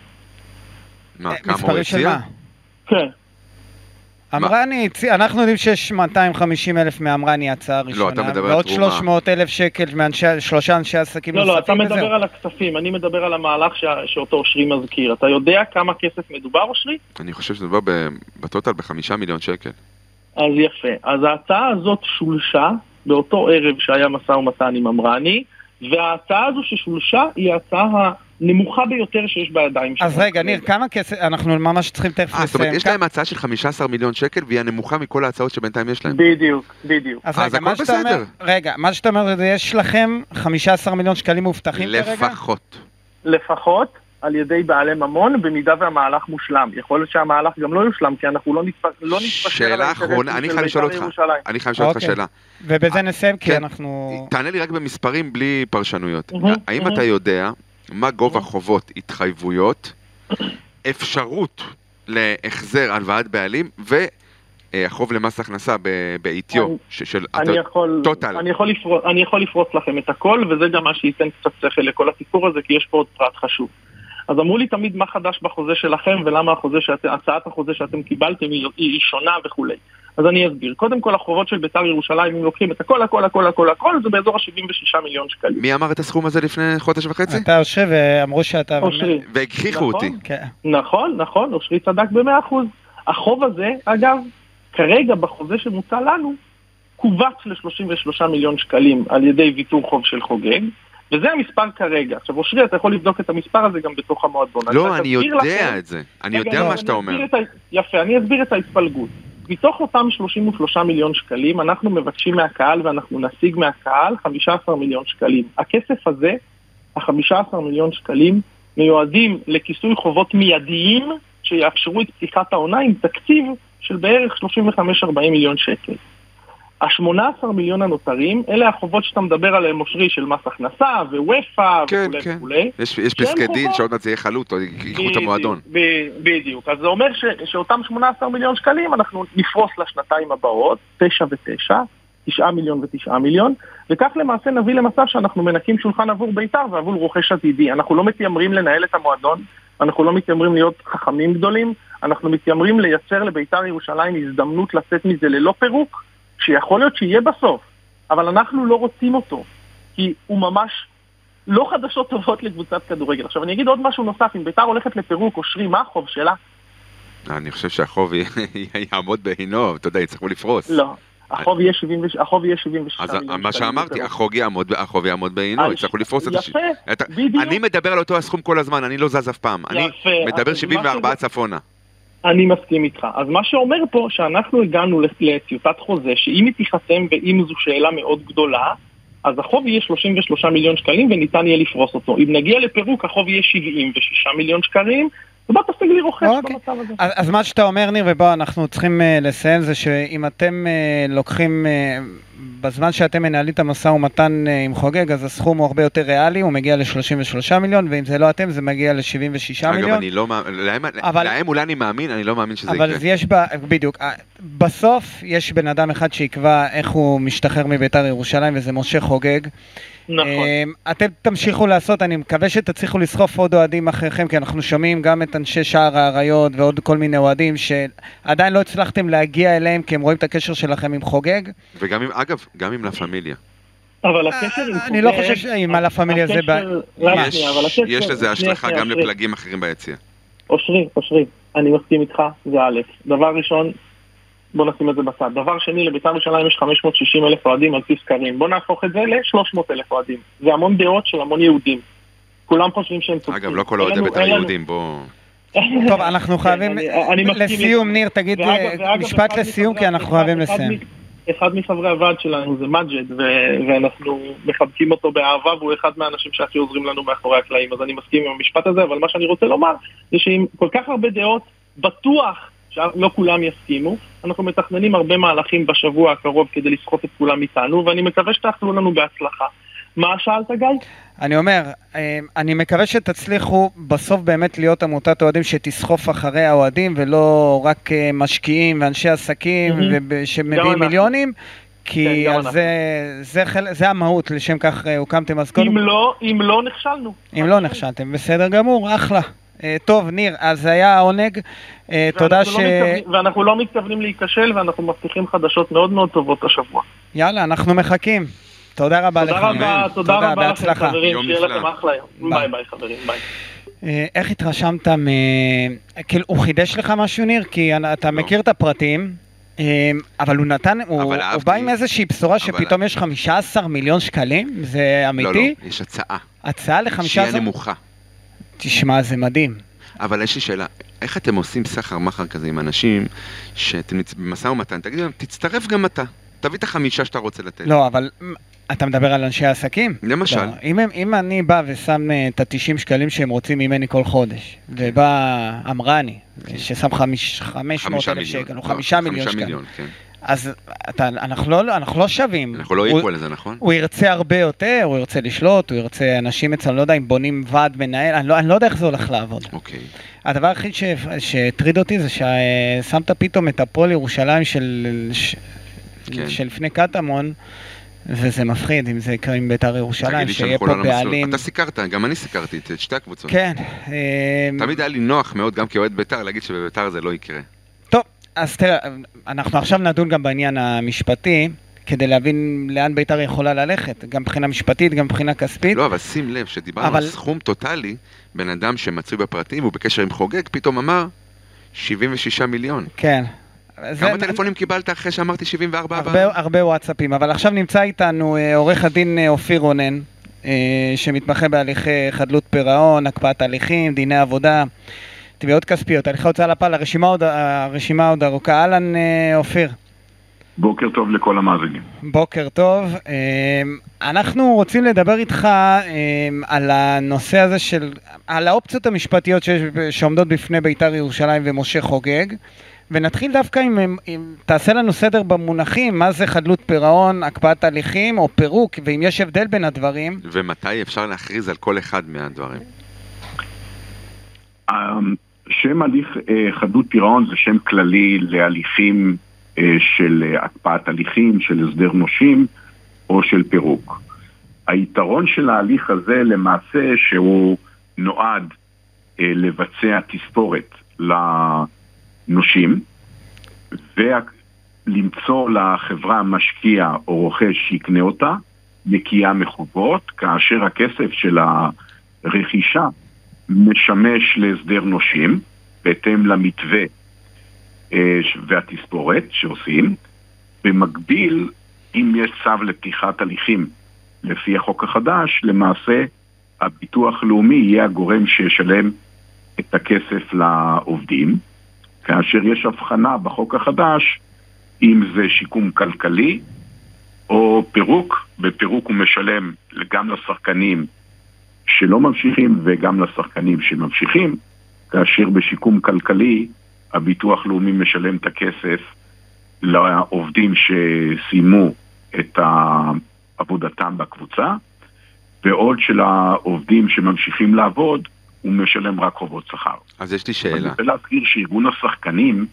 מה, כמה הוא הציע? כן. אמרני, אנחנו יודעים שיש 250,000 מאמרני הצעה ראשונה. לא, אתה מדבר על ועוד תרומה. 300,000 שקל שלושה אנשי עסקים נוספים. לא, אתה מדבר על הכספים, אני מדבר על המהלך שאותו אושרי מזכיר. אתה יודע כמה כסף מדובר, אושרי? אני חושב שמדובר בטוטל ב5 מיליון שקל. אז יפה. אז ההצעה הזאת שולשה באותו ערב שהיה משא ומתן עם אמרני, וההצעה הזו ששולשה היא ההצעה הנמוכה ביותר שיש בידיים שלנו. אז רגע, ניר, כמה כסף, אנחנו ממש צריכים תכף לסיים. זאת אומרת, יש להם הצעה של 15 מיליון שקל, והיא הנמוכה מכל ההצעות שבינתיים יש להם. בדיוק. אז רגע, מה שאתה אומר, יש לכם 15 מיליון שקלים מובטחים כרגע? לפחות על ידי בעלי ממון, במידה והמהלך מושלם. יכול להיות שהמהלך גם לא יושלם, כי אנחנו לא נתפשר שאלה אחרונה, אני חייב לשאול אותך שאלה. ובזה נסיים, כי אנחנו... תענה לי רק במספרים בלי פרשנויות. האם אתה יודע מה גובה חובות, התחייבויות, אפשרות להחזר על ועד בעלים, והחוב למס הכנסה בעיתיו של טוטל? אני יכול לפרוץ לכם את הכל, וזה גם מה שייתן קצת שכל לכל הסיפור הזה, כי יש פה עוד פרט חשוב. אז אמרו לי תמיד מה חדש בחוזה שלכם, ולמה הצעת החוזה שאתם קיבלתם היא שונה וכו'. אז אני אסביר. קודם כל, החובות של ביתר ירושלים, אם לוקחים את הכל, זה באזור ה-76 מיליון שקלים. מי אמר את הסכום הזה לפני חודש וחצי? אתה יושב ואמרו שאתה... אושרי. והגחיכו אותי. נכון, אושרי צדק ב100%. החוב הזה, אגב, כרגע בחוזה שמוצע לנו, קובץ ל-33 מיליון שקלים על ידי ויתור חוב של חוגג, וזה המספר כרגע. עכשיו, אושרי, אתה יכול לבדוק את המספר הזה גם בתוך המועדון. לא, אני יודע את זה. אני יודע מה שאתה אומר. יפה, אני אסביר את ההתפלגות. מתוך אותם 33 מיליון שקלים, אנחנו מבקשים מהקהל ואנחנו נשיג מהקהל 15 מיליון שקלים. הכסף הזה, ה-15 מיליון שקלים, מיועדים לכיסוי חובות מיידיים שיאפשרו את פתיחת העונה עם תקציב של בערך 35-40 מיליון שקל. ה-18 מיליון הנותרים, אלה החובות שאתה מדבר עליהם, אושרי, של מס הכנסה ווופא וכו'. יש פסקי דין שעוד מעט זה יהיה חלוט או ייקחו את המועדון. בדיוק. אז זה אומר שאותם 18 מיליון שקלים אנחנו נפרוס לשנתיים הבאות, 9 ו-9, 9 מיליון ו-9 מיליון, וכך למעשה נביא למצב שאנחנו מנקים שולחן עבור ביתר ועבור רוכש עתידי. אנחנו לא מתיימרים לנהל את המועדון, אנחנו לא מתיימרים להיות חכמים גדולים, אנחנו מתיימרים לייצר לבית"ר ירושלים הזדמנות לצאת מזה ללא פירוק, שיכול להיות שיהיה בסוף, אבל אנחנו לא רוצים אותו, כי הוא ממש לא חדשות טובות לקבוצת כדורגל. עכשיו אני אגיד עוד משהו נוסף, אם בית"ר הולכת לפירוק, אושרי, מה החוב שלה? אני חושב שהחוב יעמוד בעינו, אתה יודע, יצטרכו לפרוס. לא, החוב יהיה 76 מיליון שקלים. אז מה שאמרתי, החוב יעמוד בעינו, יצטרכו לפרוס את זה. יפה, בדיוק. אני מדבר על אותו הסכום כל הזמן, אני לא זז אף פעם. אני מדבר 74 צפונה. אני מסכים איתך. אז מה שאומר פה, שאנחנו הגענו לטיוטת חוזה, שאם היא תיחתם ואם זו שאלה מאוד גדולה, אז החוב יהיה 33 מיליון שקלים וניתן יהיה לפרוס אותו. אם נגיע לפירוק, החוב יהיה 76 מיליון שקלים, ובוא תשיג לי רוכש במצב הזה. אז מה שאתה אומר, ניר, ובוא אנחנו צריכים לסיים, זה שאם אתם לוקחים, בזמן שאתם מנהלים את המשא ומתן עם חוגג, אז הסכום הוא הרבה יותר ריאלי, הוא מגיע ל-33 מיליון, ואם זה לא אתם, זה מגיע ל-76 מיליון. אגב, אני לא להם אולי אני מאמין, אני לא מאמין שזה יקרה. אבל יש בדיוק, בסוף יש בן אדם אחד שיקבע איך הוא משתחרר מבית"ר ירושלים, וזה משה חוגג. נכון. אתם תמשיכו לעשות, אני מקווה שתצליחו לסחוף עוד אוהדים אחריכם, כי אנחנו שומעים גם את אנשי שער האריות ועוד כל מיני אוהדים שעדיין לא הצלחתם להגיע אליהם, כי הם רואים את הקשר שלכם עם חוגג. וגם עם, אגב, גם עם לה פמיליה. אבל הקשר עם חוגג... אני לא חושב שעם לה פמיליה זה... יש לזה השלכה גם לפלגים אחרים ביציע. אושרי, אני מסכים איתך, זה א'. דבר ראשון, בוא נשים את זה בצד. דבר שני, לבית"ר ירושלים יש 560,000 אוהדים על פי סקרים. בוא נהפוך את זה ל-300,000 אוהדים. זה המון דעות של המון יהודים. כולם חושבים שהם צודקים. אגב, לא כל אוהדי בית"ר יהודים, בוא... טוב, אנחנו חייבים... לסיום, ניר, תגיד משפט לסיום, כי אנחנו חייבים לסיים. אחד מחברי הוועד שלנו זה מג'ד, ואנחנו מחבקים אותו באהבה, והוא אחד מהאנשים שהכי עוזרים לנו מאחורי הקלעים. אז אני מסכים עם המשפט הזה, אבל מה שאני רוצה לומר, זה שעם כל כך הרבה דעות, בטוח שלא כולם יסכימו. אנחנו מתכננים הרבה מהלכים בשבוע הקרוב כדי לסחוף את כולם איתנו, ואני מקווה שתאכלו לנו בהצלחה. מה שאלת, גיא? אני אומר, אני מקווה שתצליחו בסוף באמת להיות עמותת אוהדים שתסחוף אחרי האוהדים, ולא רק משקיעים ואנשי עסקים שמביאים מיליונים, כי זה המהות, לשם כך הוקמתם. אם לא נכשלנו. אם לא נכשלתם, בסדר גמור, אחלה. טוב, ניר, אז זה היה העונג. תודה ואנחנו לא מתכוונים להיכשל, ואנחנו מבטיחים חדשות מאוד מאוד טובות השבוע. יאללה, אנחנו מחכים. תודה רבה לך. תודה רבה לכם חברים, יום שיהיה נפלא. לכם אחלה יום. ביי ביי חברים, ביי. איך התרשמת כאילו, הוא חידש לך משהו, ניר? כי אתה מכיר את הפרטים, אבל הוא נתן, הוא בא עם איזושהי בשורה שפתאום יש 15 מיליון שקלים? זה אמיתי? לא, יש הצעה. הצעה ל-15? שהיא נמוכה. תשמע, זה מדהים. אבל יש לי שאלה, איך אתם עושים סחר מחר כזה עם אנשים שאתם במשא ומתן? תגיד להם, תצטרף גם אתה. תביא את 5 שאתה רוצה לתת. לא, אבל אתה מדבר על אנשי העסקים? למשל. לא, אם אני בא ושם את ה-90 שקלים שהם רוצים ממני כל חודש, ובא אמרני, ששם 500,000 שקל, או 5 מיליון שקל, אז אנחנו לא שווים. אנחנו לא יקרו לזה, נכון? הוא ירצה הרבה יותר, הוא ירצה לשלוט, הוא ירצה אנשים אצלנו, אני לא יודע אם בונים ועד מנהל, אני לא יודע איך זה הולך לעבוד. אוקיי. הדבר הכי שהטריד אותי זה ששמת פתאום את הפועל ירושלים של לפני קטמון, וזה מפחיד אם זה יקרה עם בית"ר ירושלים, שיהיה פה בעלים. אתה סיקרת, גם אני סיקרתי את שתי הקבוצות. כן. תמיד היה לי נוח מאוד, גם כאוהד בית"ר, להגיד שבבית"ר זה לא יקרה. טוב, אז תראה, אנחנו עכשיו נדון גם בעניין המשפטי, כדי להבין לאן בית"ר יכולה ללכת, גם מבחינה משפטית, גם מבחינה כספית. לא, אבל שים לב, שדיברנו על סכום טוטלי, בן אדם שמצוי בפרטים, הוא בקשר עם חוגג, פתאום אמר 76 מיליון. כן. כמה טלפונים קיבלת אחרי שאמרתי 74? הרבה וואטסאפים, אבל עכשיו נמצא איתנו עורך הדין אופיר רונן, שמתמחה בהליכי חדלות פירעון, הקפאת הליכים, דיני עבודה, תביעות כספיות, הליכי הוצאה לפועל, הרשימה עוד ארוכה. אהלן אופיר. בוקר טוב לכל המאזינים. בוקר טוב. אנחנו רוצים לדבר איתך על הנושא הזה על האופציות המשפטיות שעומדות בפני בית"ר ירושלים ומשה חוגג, ונתחיל דווקא תעשה לנו סדר במונחים, מה זה חדלות פירעון, הקפאת הליכים או פירוק, ואם יש הבדל בין הדברים. ומתי אפשר להכריז על כל אחד מהדברים? שם הליך חדלות פירעון זה שם כללי להליכים של הקפאת הליכים, של הסדר נושים או של פירוק. היתרון של ההליך הזה למעשה שהוא נועד לבצע תספורת נושים, ולמצוא לחברה משקיע או רוכש שיקנה אותה, נקייה מחובות, כאשר הכסף של הרכישה משמש להסדר נושים, בהתאם למתווה והתספורת שעושים. במקביל, אם יש צו לפתיחת הליכים לפי החוק החדש, למעשה הביטוח לאומי יהיה הגורם שישלם את הכסף לעובדים, כאשר יש הבחנה בחוק החדש, אם זה שיקום כלכלי או פירוק. בפירוק הוא משלם גם לשחקנים שלא ממשיכים וגם לשחקנים שממשיכים, כאשר בשיקום כלכלי הביטוח לאומי משלם את הכסף לעובדים שסיימו את עבודתם בקבוצה, ועוד של העובדים שממשיכים לעבוד הוא משלם רק חובות שכר. אז יש לי שאלה. אני רוצה להזכיר שארגון השחקנים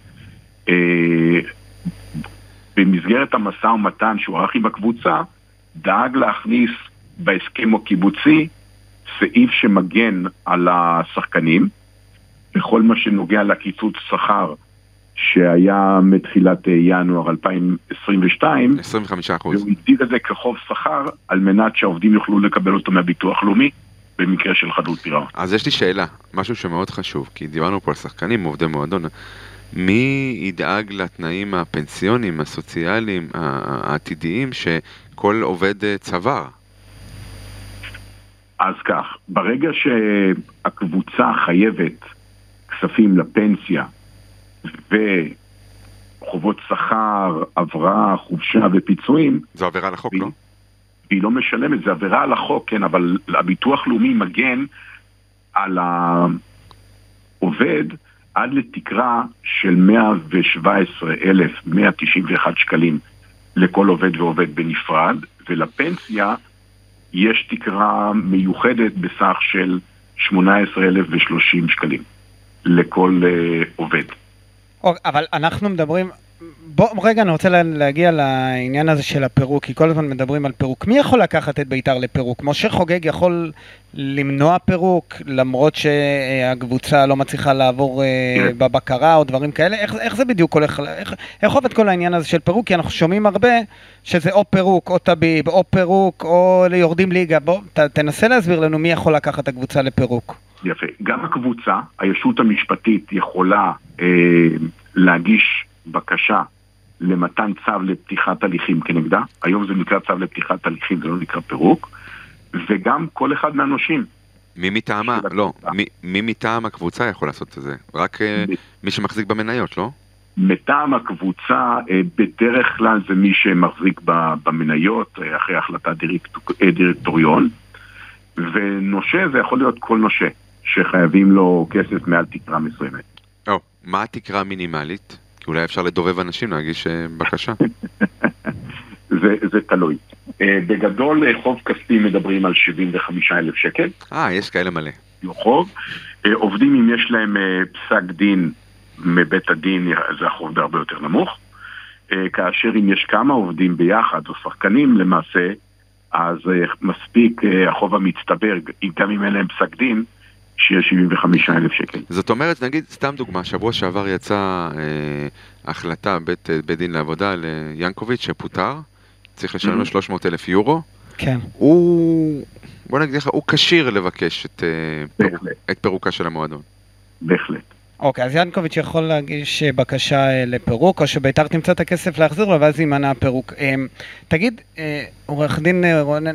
במסגרת המשא ומתן שהוא ערך עם הקבוצה דאג להכניס בהסכם הקיבוצי סעיף שמגן על השחקנים בכל מה שנוגע לקיצוץ שכר שהיה מתחילת ינואר 2022, 25%. והוא הגדיר את זה כחוב שכר על מנת שהעובדים יוכלו לקבל אותו מהביטוח לאומי במקרה של חדלות פירעון. אז יש לי שאלה, משהו שמאוד חשוב, כי דיברנו פה על שחקנים, עובדי מועדון. מי ידאג לתנאים הפנסיוניים, הסוציאליים, העתידיים שכל עובד צבר? אז כך, ברגע שהקבוצה חייבת כספים לפנסיה וחובות שכר, עברה, חופשה ופיצויים, זו עבירה על החוק, לא? והיא לא משלמת, זה עבירה על החוק, כן, אבל הביטוח לאומי מגן על העובד עד לתקרה של 117,191 שקלים לכל עובד ועובד בנפרד, ולפנסיה יש תקרה מיוחדת בסך של 18,030 שקלים לכל עובד. אבל אנחנו מדברים, רגע, אני רוצה להגיע לעניין הזה של הפירוק, כי כל הזמן מדברים על פירוק. מי יכול לקחת את בית"ר לפירוק? משה חוגג יכול למנוע פירוק, למרות שהקבוצה לא מצליחה לעבור בבקרה או דברים כאלה? איך זה בדיוק הולך? איך עובד כל העניין הזה של פירוק? כי אנחנו שומעים הרבה שזה או פירוק או טביב, או פירוק או יורדים ליגה. בוא, תנסה להסביר לנו מי יכול לקחת את הקבוצה לפירוק. יפה. גם הקבוצה, הישות המשפטית יכולה להגיש בקשה למתן צו לפתיחת הליכים כנגדה. היום זה נקרא צו לפתיחת הליכים, זה לא נקרא פירוק. וגם כל אחד מהנושים. מי מטעמה? לא. מי מטעם הקבוצה יכול לעשות את זה? רק מי שמחזיק במניות, לא? מטעם הקבוצה בדרך כלל זה מי שמחזיק במניות אחרי החלטת דירקטוריון. ונושה זה יכול להיות כל נושה שחייבים לו כסף מעל תקרה מסוימת. מה התקרה המינימלית? כי אולי אפשר לדובב אנשים להגיש בקשה. זה תלוי. בגדול חוב כספי מדברים על 75,000 שקל. יש כאלה מלא. חוב. עובדים אם יש להם פסק דין מבית הדין, זה החוב הרבה יותר נמוך. כאשר אם יש כמה עובדים ביחד או שחקנים למעשה, אז מספיק החוב המצטבר, גם אם אין להם פסק דין, שיהיה 75,000 שקל. זאת אומרת, נגיד, סתם דוגמה, שבוע שעבר יצאה החלטה בית דין לעבודה ליאנקוביץ' שפוטר, צריך לשלם לו 300,000 יורו. כן. בוא נגיד לך, הוא כשיר לבקש את פירוקה של המועדון. בהחלט. אוקיי, אז יאנקוביץ' יכול להגיש בקשה לפירוק, או שבית"ר תמצא את הכסף להחזיר לו, ואז יימנע הפירוק. תגיד, עורך דין רונן,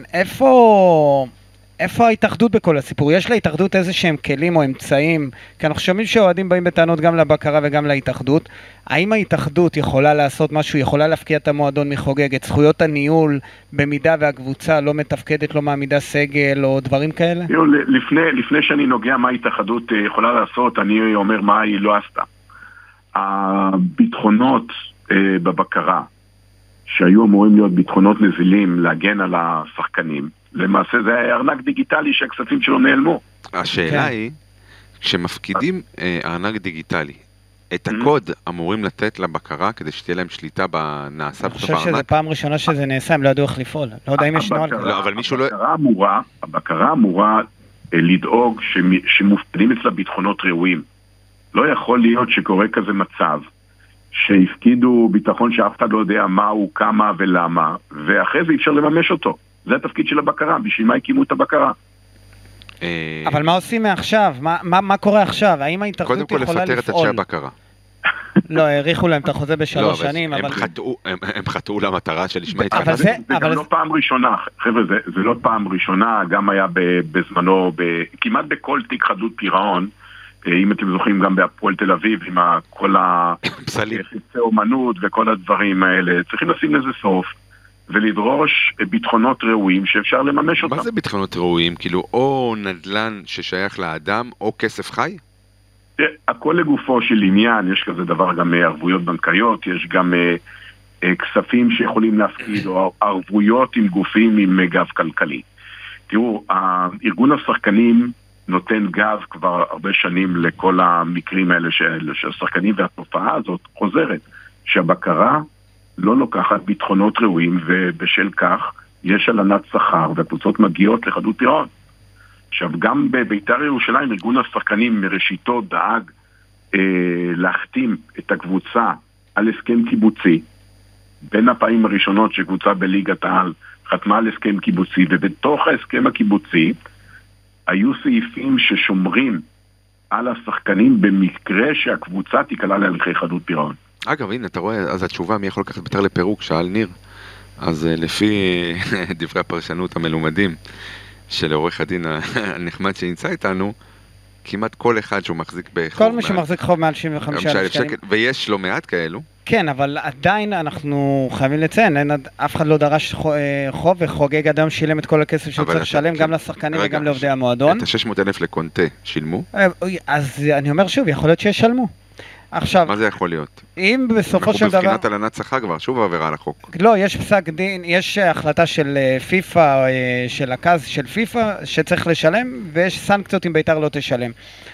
איפה ההתאחדות בכל הסיפור? יש להתאחדות איזה שהם כלים או אמצעים? כי אנחנו שומעים שהאוהדים באים בטענות גם לבקרה וגם להתאחדות. האם ההתאחדות יכולה לעשות משהו, יכולה להפקיע את המועדון מחוגג, את זכויות הניהול, במידה והקבוצה לא מתפקדת, לא מעמידה סגל או דברים כאלה? לפני שאני נוגע מה ההתאחדות יכולה לעשות, אני אומר מה היא לא עשתה. הביטחונות בבקרה, שהיו אמורים להיות ביטחונות נזילים להגן על השחקנים, למעשה זה היה ארנק דיגיטלי שהכספים שלו נעלמו. השאלה היא, כשמפקידים ארנק דיגיטלי, את הקוד אמורים לתת לבקרה כדי שתהיה להם שליטה בנעשה בתוך הארנק? אני חושב שזה פעם ראשונה שזה נעשה, הם לא ידעו איך לפעול. לא יודע אם יש נוהל כזה. לא, אבל מישהו לא... הבקרה אמורה לדאוג שמופקדים אצלה ביטחונות ראויים. לא יכול להיות שקורה כזה מצב, שהפקידו ביטחון שאף אחד לא יודע מהו, כמה ולמה, ואחרי זה אפשר לממש אותו. זה התפקיד של הבקרה, בשביל מה הקימו את הבקרה. אבל מה עושים מעכשיו? מה קורה עכשיו? האם ההתאחדות יכולה לפעול? קודם כל לפטר את אנשי הבקרה. לא, העריכו להם את החוזה בשלוש שנים, אבל... הם חטאו למטרה שלשמה אבל התחתנו. זה גם לא פעם ראשונה, חבר'ה, זה לא פעם ראשונה, גם היה בזמנו, כמעט בכל תיק חדלות פירעון, אם אתם זוכרים גם בהפועל תל אביב, עם כל פסלים. חפצי אומנות וכל הדברים האלה, צריכים לשים לזה סוף, ולדרוש ביטחונות ראויים שאפשר לממש אותם. מה זה ביטחונות ראויים? כאילו, או נדל"ן ששייך לאדם, או כסף חי? הכל לגופו של עניין, יש כזה דבר גם ערבויות בנקאיות, יש גם כספים שיכולים להפקיד, או ערבויות עם גופים עם גב כלכלי. תראו, ארגון השחקנים נותן גב כבר הרבה שנים לכל המקרים האלה של השחקנים, והתופעה הזאת חוזרת, שהבקרה לא לוקחת ביטחונות ראויים, ובשל כך יש הלנת שכר, והקבוצות מגיעות לחדלות פירעון. עכשיו, גם בבית"ר ירושלים, ארגון השחקנים מראשיתו דאג להחתים את הקבוצה על הסכם קיבוצי, בין הפעמים הראשונות שקבוצה בליגת העל חתמה על הסכם קיבוצי, ובתוך ההסכם הקיבוצי היו סעיפים ששומרים על השחקנים במקרה שהקבוצה תיקלה להליכי חדלות פירעון. אגב, הנה, אתה רואה, אז התשובה מי יכול לקחת בית"ר לפירוק, שאל ניר. אז לפי דברי הפרשנות המלומדים של עורך הדין הנחמד שנמצא איתנו, כמעט כל אחד שהוא מחזיק בחוב... כל מי שמחזיק חוב מעל 75,000 שקלים. ויש לא מעט כאלו. כן, אבל עדיין אנחנו חייבים לציין, אף אחד לא דרש חוב, וחוגג אדם שילם את כל הכסף שהוא צריך לשלם, גם לשחקנים וגם לעובדי המועדון. את ה-600,000 לקונטה שילמו? אז אני אומר שוב, יכול להיות שישלמו. עכשיו, מה זה יכול להיות? אם בסופו של דבר... אנחנו בבחינת הלנת שכר כבר, שוב עבירה על החוק. לא, יש פסק דין, יש החלטה של פיפה, של הקז של פיפה, שצריך לשלם, ויש סנקציות אם בית"ר לא תשלם.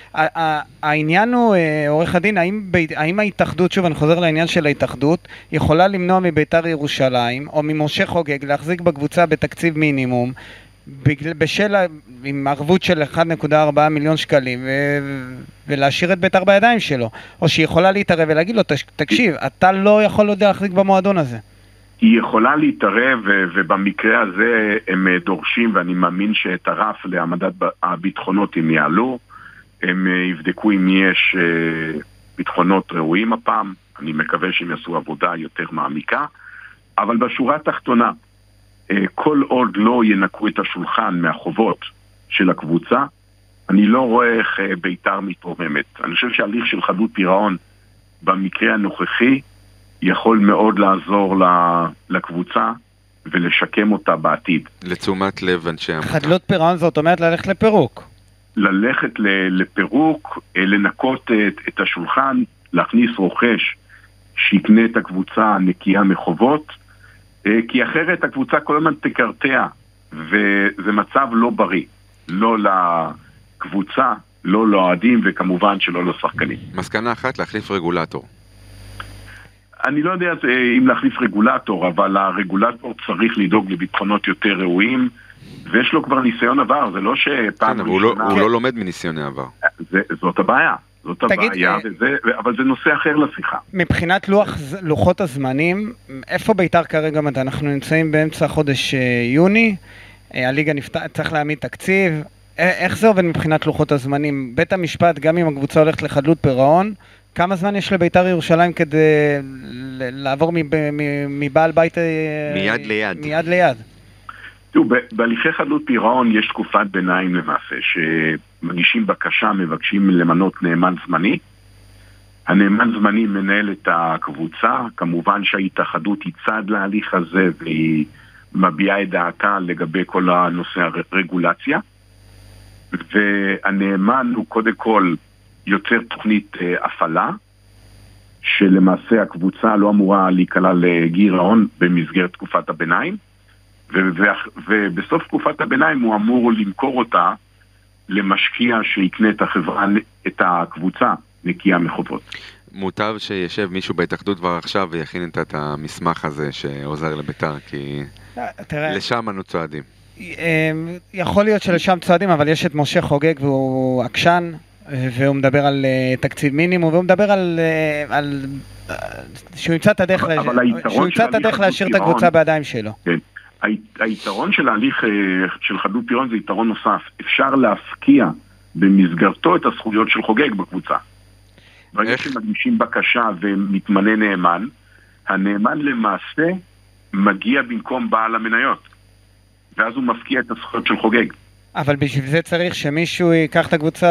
העניין הוא, עורך הדין, האם ההתאחדות, שוב אני חוזר לעניין של ההתאחדות, יכולה למנוע מבית"ר ירושלים, או ממשה חוגג, להחזיק בקבוצה בתקציב מינימום, בשל, עם ערבות של 1.4 מיליון שקלים, ולהשאיר את בית"ר בידיים שלו, או שהיא יכולה להתערב ולהגיד לו, תקשיב, אתה לא יכול עוד להחזיק במועדון הזה. היא יכולה להתערב, ובמקרה הזה הם דורשים, ואני מאמין שאת הרף להעמדת הביטחונות הם יעלו, הם יבדקו אם יש ביטחונות ראויים הפעם, אני מקווה שהם יעשו עבודה יותר מעמיקה, אבל בשורה התחתונה, כל עוד לא ינקו את השולחן מהחובות של הקבוצה, אני לא רואה איך בית"ר מתרוממת. אני חושב שההליך של חדלות פירעון במקרה הנוכחי יכול מאוד לעזור לקבוצה ולשקם אותה בעתיד. לתשומת לב אנשי המותה. חדלות פירעון זאת אומרת ללכת לפירוק. ללכת לפירוק, לנקות את השולחן, להכניס רוכש שיקנה את הקבוצה נקייה מחובות, כי אחרת הקבוצה כל הזמן תקרטע, וזה מצב לא בריא, לא לקבוצה, לא לאוהדים, וכמובן שלא לשחקנים. מסקנה אחת, להחליף רגולטור. אני לא יודע אם להחליף רגולטור, אבל הרגולטור צריך לדאוג לביטחונות יותר ראויים, ויש לו כבר ניסיון עבר, זה לא שפעם ראשונה... הוא לא לומד מניסיוני עבר. זאת הבעיה. זאת הבעיה, אבל זה נושא אחר לשיחה. מבחינת לוחות הזמנים, איפה בית"ר כרגע? אנחנו נמצאים באמצע חודש יוני, הליגה צריך להעמיד תקציב, איך זה עובד מבחינת לוחות הזמנים? בית המשפט, גם אם הקבוצה הולכת לחדלות פירעון, כמה זמן יש לבית"ר ירושלים כדי לעבור מבעל בית מיד ליד? תראו, בהליכי חדלות פירעון יש תקופת ביניים למעשה, שמגישים בקשה, מבקשים למנות נאמן זמני. הנאמן זמני מנהל את הקבוצה, כמובן שההתאחדות היא צד להליך הזה, והיא מביעה את דעתה לגבי כל הנושא הרגולציה. והנאמן הוא קודם כל יוצר תוכנית הפעלה, שלמעשה הקבוצה לא אמורה להיקלע לגירעון במסגרת תקופת הביניים, ובסוף תקופת הביניים הוא אמור למכור אותה למשקיע שיקנה את החברה, את הקבוצה נקייה מחובות. מוטב שישב מישהו בהתאחדות כבר עכשיו ויכין את המסמך הזה שעוזר לבית"ר, כי לשם אנו צועדים. יכול להיות שלשם צועדים, אבל יש את משה חוגג והוא עקשן, והוא מדבר על תקציב מינימום, והוא מדבר על שהוא ימצא את הדרך להשאיר את הקבוצה בידיים שלו. כן. היתרון של ההליך של חדלות פירעון זה יתרון נוסף. אפשר להפקיע במסגרתו את הזכויות של חוגג בקבוצה. ברגע שמגישים בקשה ומתמנה נאמן, הנאמן למעשה מגיע במקום בעל המניות, ואז הוא מפקיע את הזכויות של חוגג. אבל בשביל זה צריך שמישהו ייקח את הקבוצה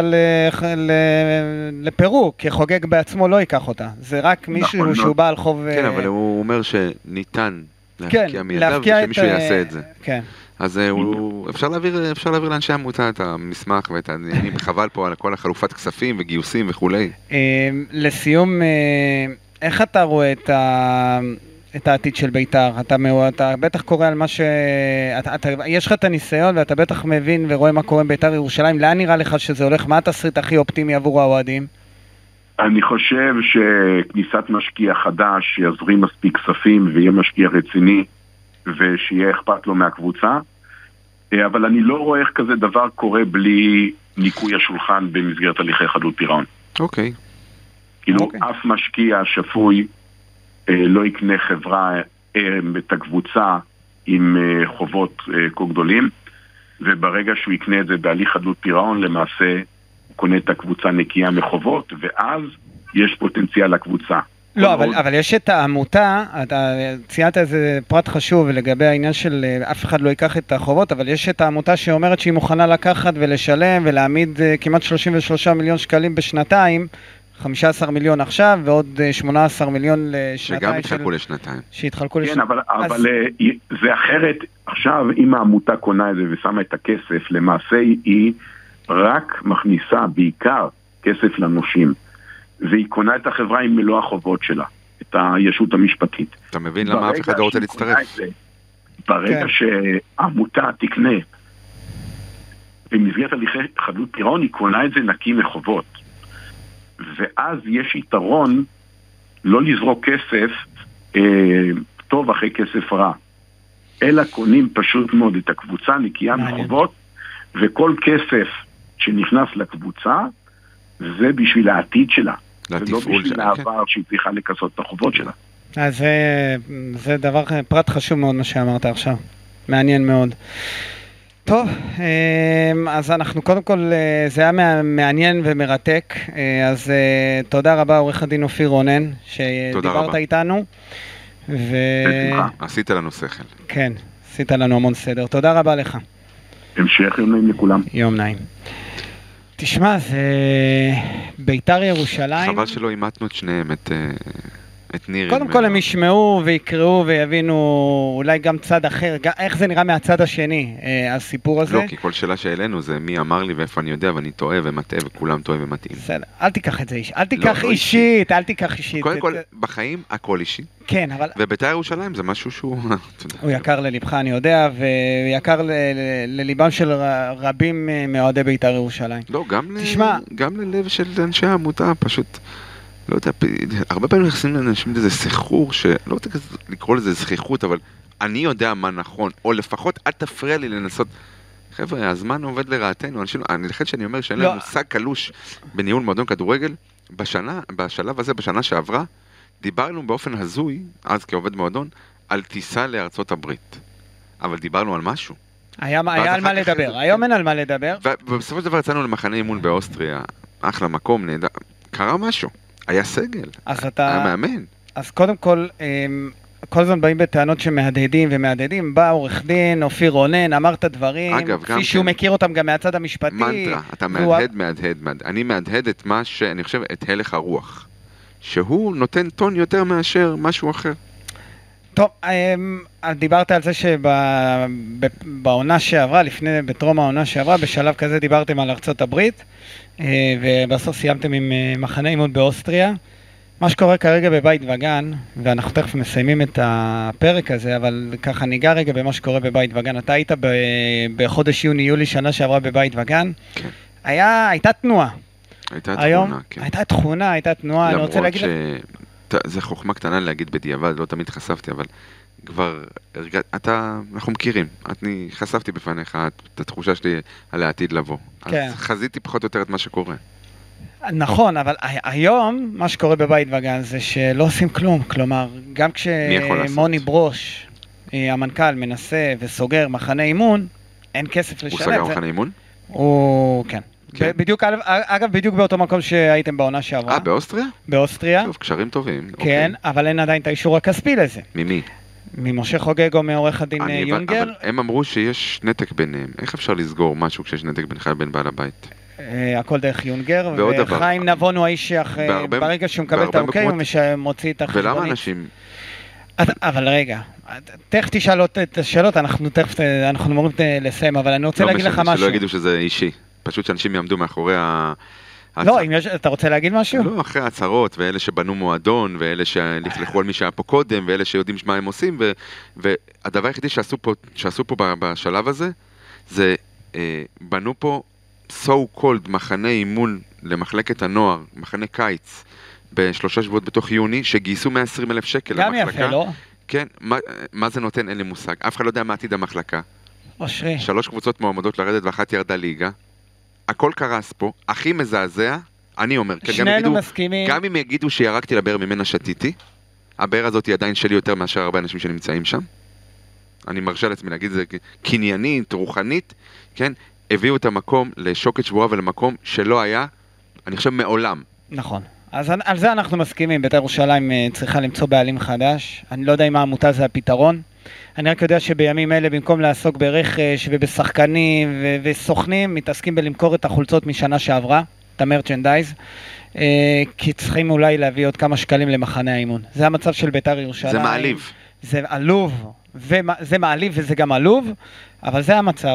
לפירוק, כי חוגג בעצמו לא ייקח אותה. זה רק מישהו שהוא בעל חוב... כן, אבל הוא אומר שניתן להפקיע מידיו, ושמישהו יעשה את זה. כן. אז אפשר להעביר לאנשי העמותה את המסמך ואת העניינים, חבל פה על כל החלופת כספים וגיוסים וכולי. לסיום, איך אתה רואה את העתיד של בית"ר? אתה בטח קורא על מה יש לך את הניסיון ואתה בטח מבין ורואה מה קורה בבית"ר ירושלים. לאן נראה לך שזה הולך? מה התסריט הכי אופטימי עבור האוהדים? אני חושב שכניסת משקיע חדש יזרים מספיק כספים ויהיה משקיע רציני ושיהיה אכפת לו מהקבוצה, אבל אני לא רואה איך כזה דבר קורה בלי ניקוי השולחן במסגרת הליכי חדלות פירעון. אוקיי. כאילו אף משקיע שפוי לא יקנה חברה את הקבוצה עם חובות כה גדולים, וברגע שהוא יקנה את זה בהליך חדלות פירעון, למעשה הוא קונה את הקבוצה נקייה מחובות, ואז יש פוטנציאל לקבוצה. לא, אבל יש את העמותה, אתה ציינת איזה פרט חשוב לגבי העניין של אף אחד לא ייקח את החובות, אבל יש את העמותה שאומרת שהיא מוכנה לקחת ולשלם ולהעמיד כמעט 33 מיליון שקלים בשנתיים, 15 מיליון עכשיו ועוד 18 מיליון לשנתיים. שגם יתחלקו לשנתיים. שיתחלקו לשנתיים. כן, אבל זה אחרת. עכשיו, אם העמותה קונה את זה ושמה את הכסף, למעשה היא רק מכניסה בעיקר כסף לנושים. והיא קונה את החברה עם מלוא החובות שלה, את הישות המשפטית. אתה מבין למה אף אחד לא רוצה להצטרף? ברגע שהעמותה תקנה במסגרת הליכי חדלות פירעון, היא קונה את זה נקי מחובות. ואז יש יתרון לא לזרוק כסף טוב אחרי כסף רע, אלא קונים פשוט מאוד את הקבוצה נקייה מחובות, וכל כסף שנכנס לקבוצה זה בשביל העתיד שלה, ולא בשביל העבר שהיא צריכה לכסות את החובות שלה. אז זה דבר, פרט חשוב מאוד מה שאמרת עכשיו, מעניין מאוד. טוב, אז אנחנו קודם כל, זה היה מעניין ומרתק, אז תודה רבה עורך הדין אופיר רונן, שדיברת איתנו. עשית לנו שכל. כן, עשית לנו המון סדר, תודה רבה לך. המשך יום נעים לכולם. יום נעים. תשמע, זה בית"ר ירושלים. חבל שלא אימתנו את שניהם, את ניר. קודם כל הם ישמעו ויקראו ויבינו אולי גם צד אחר, איך זה נראה מהצד השני, הסיפור הזה. לא, כי כל שאלה שהעלינו זה מי אמר לי ואיפה אני יודע, ואני טועה ומטעה וכולם טועה ומתאים. בסדר, אל תיקח את זה אישית, אל תיקח אישית, אל תיקח אישית. קודם כל, בחיים הכל אישי. כן, אבל... ובית"ר ירושלים זה משהו שהוא... הוא יקר ללבך, אני יודע, ויקר לליבם של רבים מאוהדי בית"ר ירושלים. לא, גם ללב של אנשי העמותה, פשוט... לא יודע, הרבה פעמים נכנסים לאנשים איזה סחרור, שלא יודע לקרוא לזה זכיחות, אבל אני יודע מה נכון, או לפחות אל תפריע לי לנסות. חבר'ה, הזמן עובד לרעתנו, אני לכן שאני אומר שאין לנו מושג קלוש בניהול מועדון כדורגל, בשלב הזה, בשנה שעברה, דיברנו באופן הזוי, אז כעובד מועדון, על טיסה לארצות הברית. אבל דיברנו על משהו. היה על מה לדבר, היום אין על מה לדבר. ובסופו של דבר יצאנו למחנה אימון באוסטריה, אחלה מקום, נהדר, קרה משהו. היה סגל, היה מאמן. אז קודם כל, כל הזמן באים בטענות שמהדהדים, בא עורך דין, אופיר רונן, אמרת דברים, כפי שהוא מכיר אותם גם מהצד המשפטי. מנטרה, אתה מהדהד, אני מהדהד את מה שאני חושב, את הלך הרוח, שהוא נותן טון יותר מאשר משהו אחר. טוב, דיברת על זה שבעונה שעברה, בטרום העונה שעברה, בשלב כזה דיברתם על ארצות הברית, ובסוף סיימתם עם מחנה אימון באוסטריה. מה שקורה כרגע בבית וגן, ואנחנו תכף מסיימים את הפרק הזה, אבל ככה ניגע רגע במה שקורה בבית וגן. אתה היית בחודש יוני-יולי שנה שעברה בבית וגן. כן. הייתה תנועה. הייתה תכונה, הייתה תנועה, אני רוצה להגיד... זה חוכמה קטנה להגיד בדיעבד, לא תמיד חשפתי, אבל כבר אנחנו מכירים. אני חשפתי בפניך את התחושה שלי על העתיד לבוא. כן. אז חזיתי פחות או יותר את מה שקורה. נכון, אבל היום מה שקורה בבית וגן זה שלא עושים כלום, כלומר, גם כשמוני ברוש, המנכ"ל, מנסה וסוגר מחנה אימון, אין כסף לשלם. הוא סגר מחנה אימון? הוא, כן. בדיוק, אגב, בדיוק באותו מקום שהייתם בעונה שעברה. באוסטריה? באוסטריה. טוב, קשרים טובים. כן, אבל אין עדיין את האישור הכספי לזה. ממי? ממשה חוגג או מעורך הדין יונגר. אבל הם אמרו שיש נתק ביניהם. איך אפשר לסגור משהו כשיש נתק בינך לבין בעל הבית? הכל דרך יונגר, וחיים נבון הוא האיש ברגע שהוא מקבל את האוקיי, הוא מוציא את החשבונית. ולמה אנשים... אבל רגע, תכף תשאל את השאלות, אנחנו אמורים לסיים, אבל אני רוצה להגיד לך משהו. שלא יגידו שזה אישי, פשוט שאנשים יעמדו מאחורי לא, אתה רוצה להגיד משהו? לא, אחרי ההצהרות, ואלה שבנו מועדון, ואלה שלכלכו על מי שהיה פה קודם, ואלה שיודעים מה הם עושים, והדבר היחידי שעשו פה בשלב הזה, זה בנו פה so called מחנה אימון למחלקת הנוער, מחנה קיץ, ב3 שבועות בתוך יוני, שגייסו 120,000 שקל למחלקה. גם יפה, לא? כן, מה זה נותן? אין לי מושג. אף אחד לא יודע מה עתיד המחלקה. אושרי. 3 קבוצות מועמדות לרדת ואחת ירדה ליגה. הכל קרס פה, הכי מזעזע, אני אומר, שנינו מסכימים. גם אם יגידו שירקתי לבאר ממנה שתיתי, הבאר הזאת היא עדיין שלי יותר מאשר הרבה אנשים שנמצאים שם. אני מרשה לעצמי להגיד את זה קניינית, רוחנית, כן? הביאו את המקום לשוקת שבועה ולמקום שלא היה, אני חושב, מעולם. נכון. אז על זה אנחנו מסכימים, בית"ר ירושלים צריכה למצוא בעלים חדש. אני לא יודע אם העמותה זה הפתרון. אני רק יודע שבימים אלה, במקום לעסוק ברכש ובשחקנים וסוכנים, מתעסקים בלמכור את החולצות משנה שעברה, את המרצ'נדייז, כי צריכים אולי להביא עוד כמה שקלים למחנה האימון. זה המצב של בית"ר ירושלים. זה מעליב. זה עלוב, זה מעליב וזה גם עלוב, אבל זה המצב.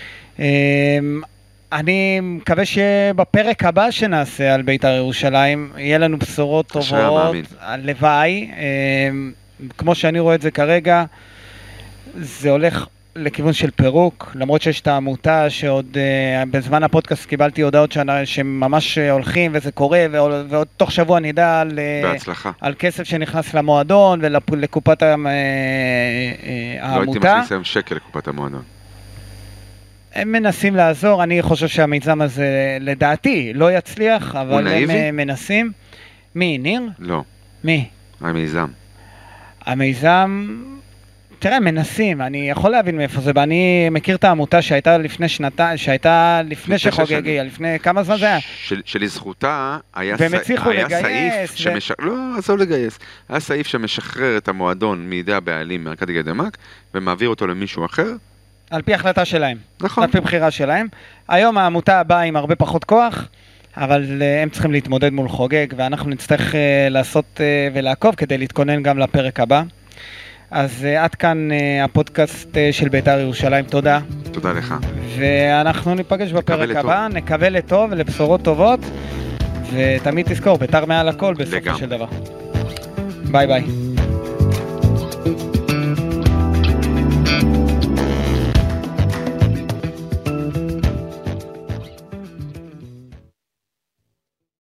אני מקווה שבפרק הבא שנעשה על בית"ר ירושלים, יהיה לנו בשורות טובות, הלוואי, כמו שאני רואה את זה כרגע, זה הולך לכיוון של פירוק, למרות שיש את העמותה שעוד בזמן הפודקאסט קיבלתי הודעות שממש הולכים וזה קורה, ועוד תוך שבוע נדע על כסף שנכנס למועדון ולקופת העמותה. לא הייתי מכניס היום שקל לקופת המועדון. הם מנסים לעזור, אני חושב שהמיזם הזה לדעתי לא יצליח, אבל הם מנסים. מי, ניר? לא. מי? המיזם. המיזם, תראה, מנסים, אני יכול להבין מאיפה זה, ואני מכיר את העמותה שהייתה לפני שנתיים, שהייתה לפני שחוגגי, לפני כמה זמן זה היה? שלזכותה היה סעיף, לא, עזוב לגייס, היה סעיף שמשחרר את המועדון מידי הבעלים מארקדי גיידמק, ומעביר אותו למישהו אחר, על פי החלטה שלהם. נכון. על פי בחירה שלהם. היום העמותה באה עם הרבה פחות כוח, אבל הם צריכים להתמודד מול חוגג, ואנחנו נצטרך לעשות ולעקוב כדי להתכונן גם לפרק הבא. אז עד כאן הפודקאסט של בית"ר ירושלים, תודה. תודה לך. ואנחנו ניפגש בפרק הבא, נקווה לטוב ולבשורות טובות, ותמיד תזכור, בית"ר מעל הכל בסופו של דבר. ביי ביי.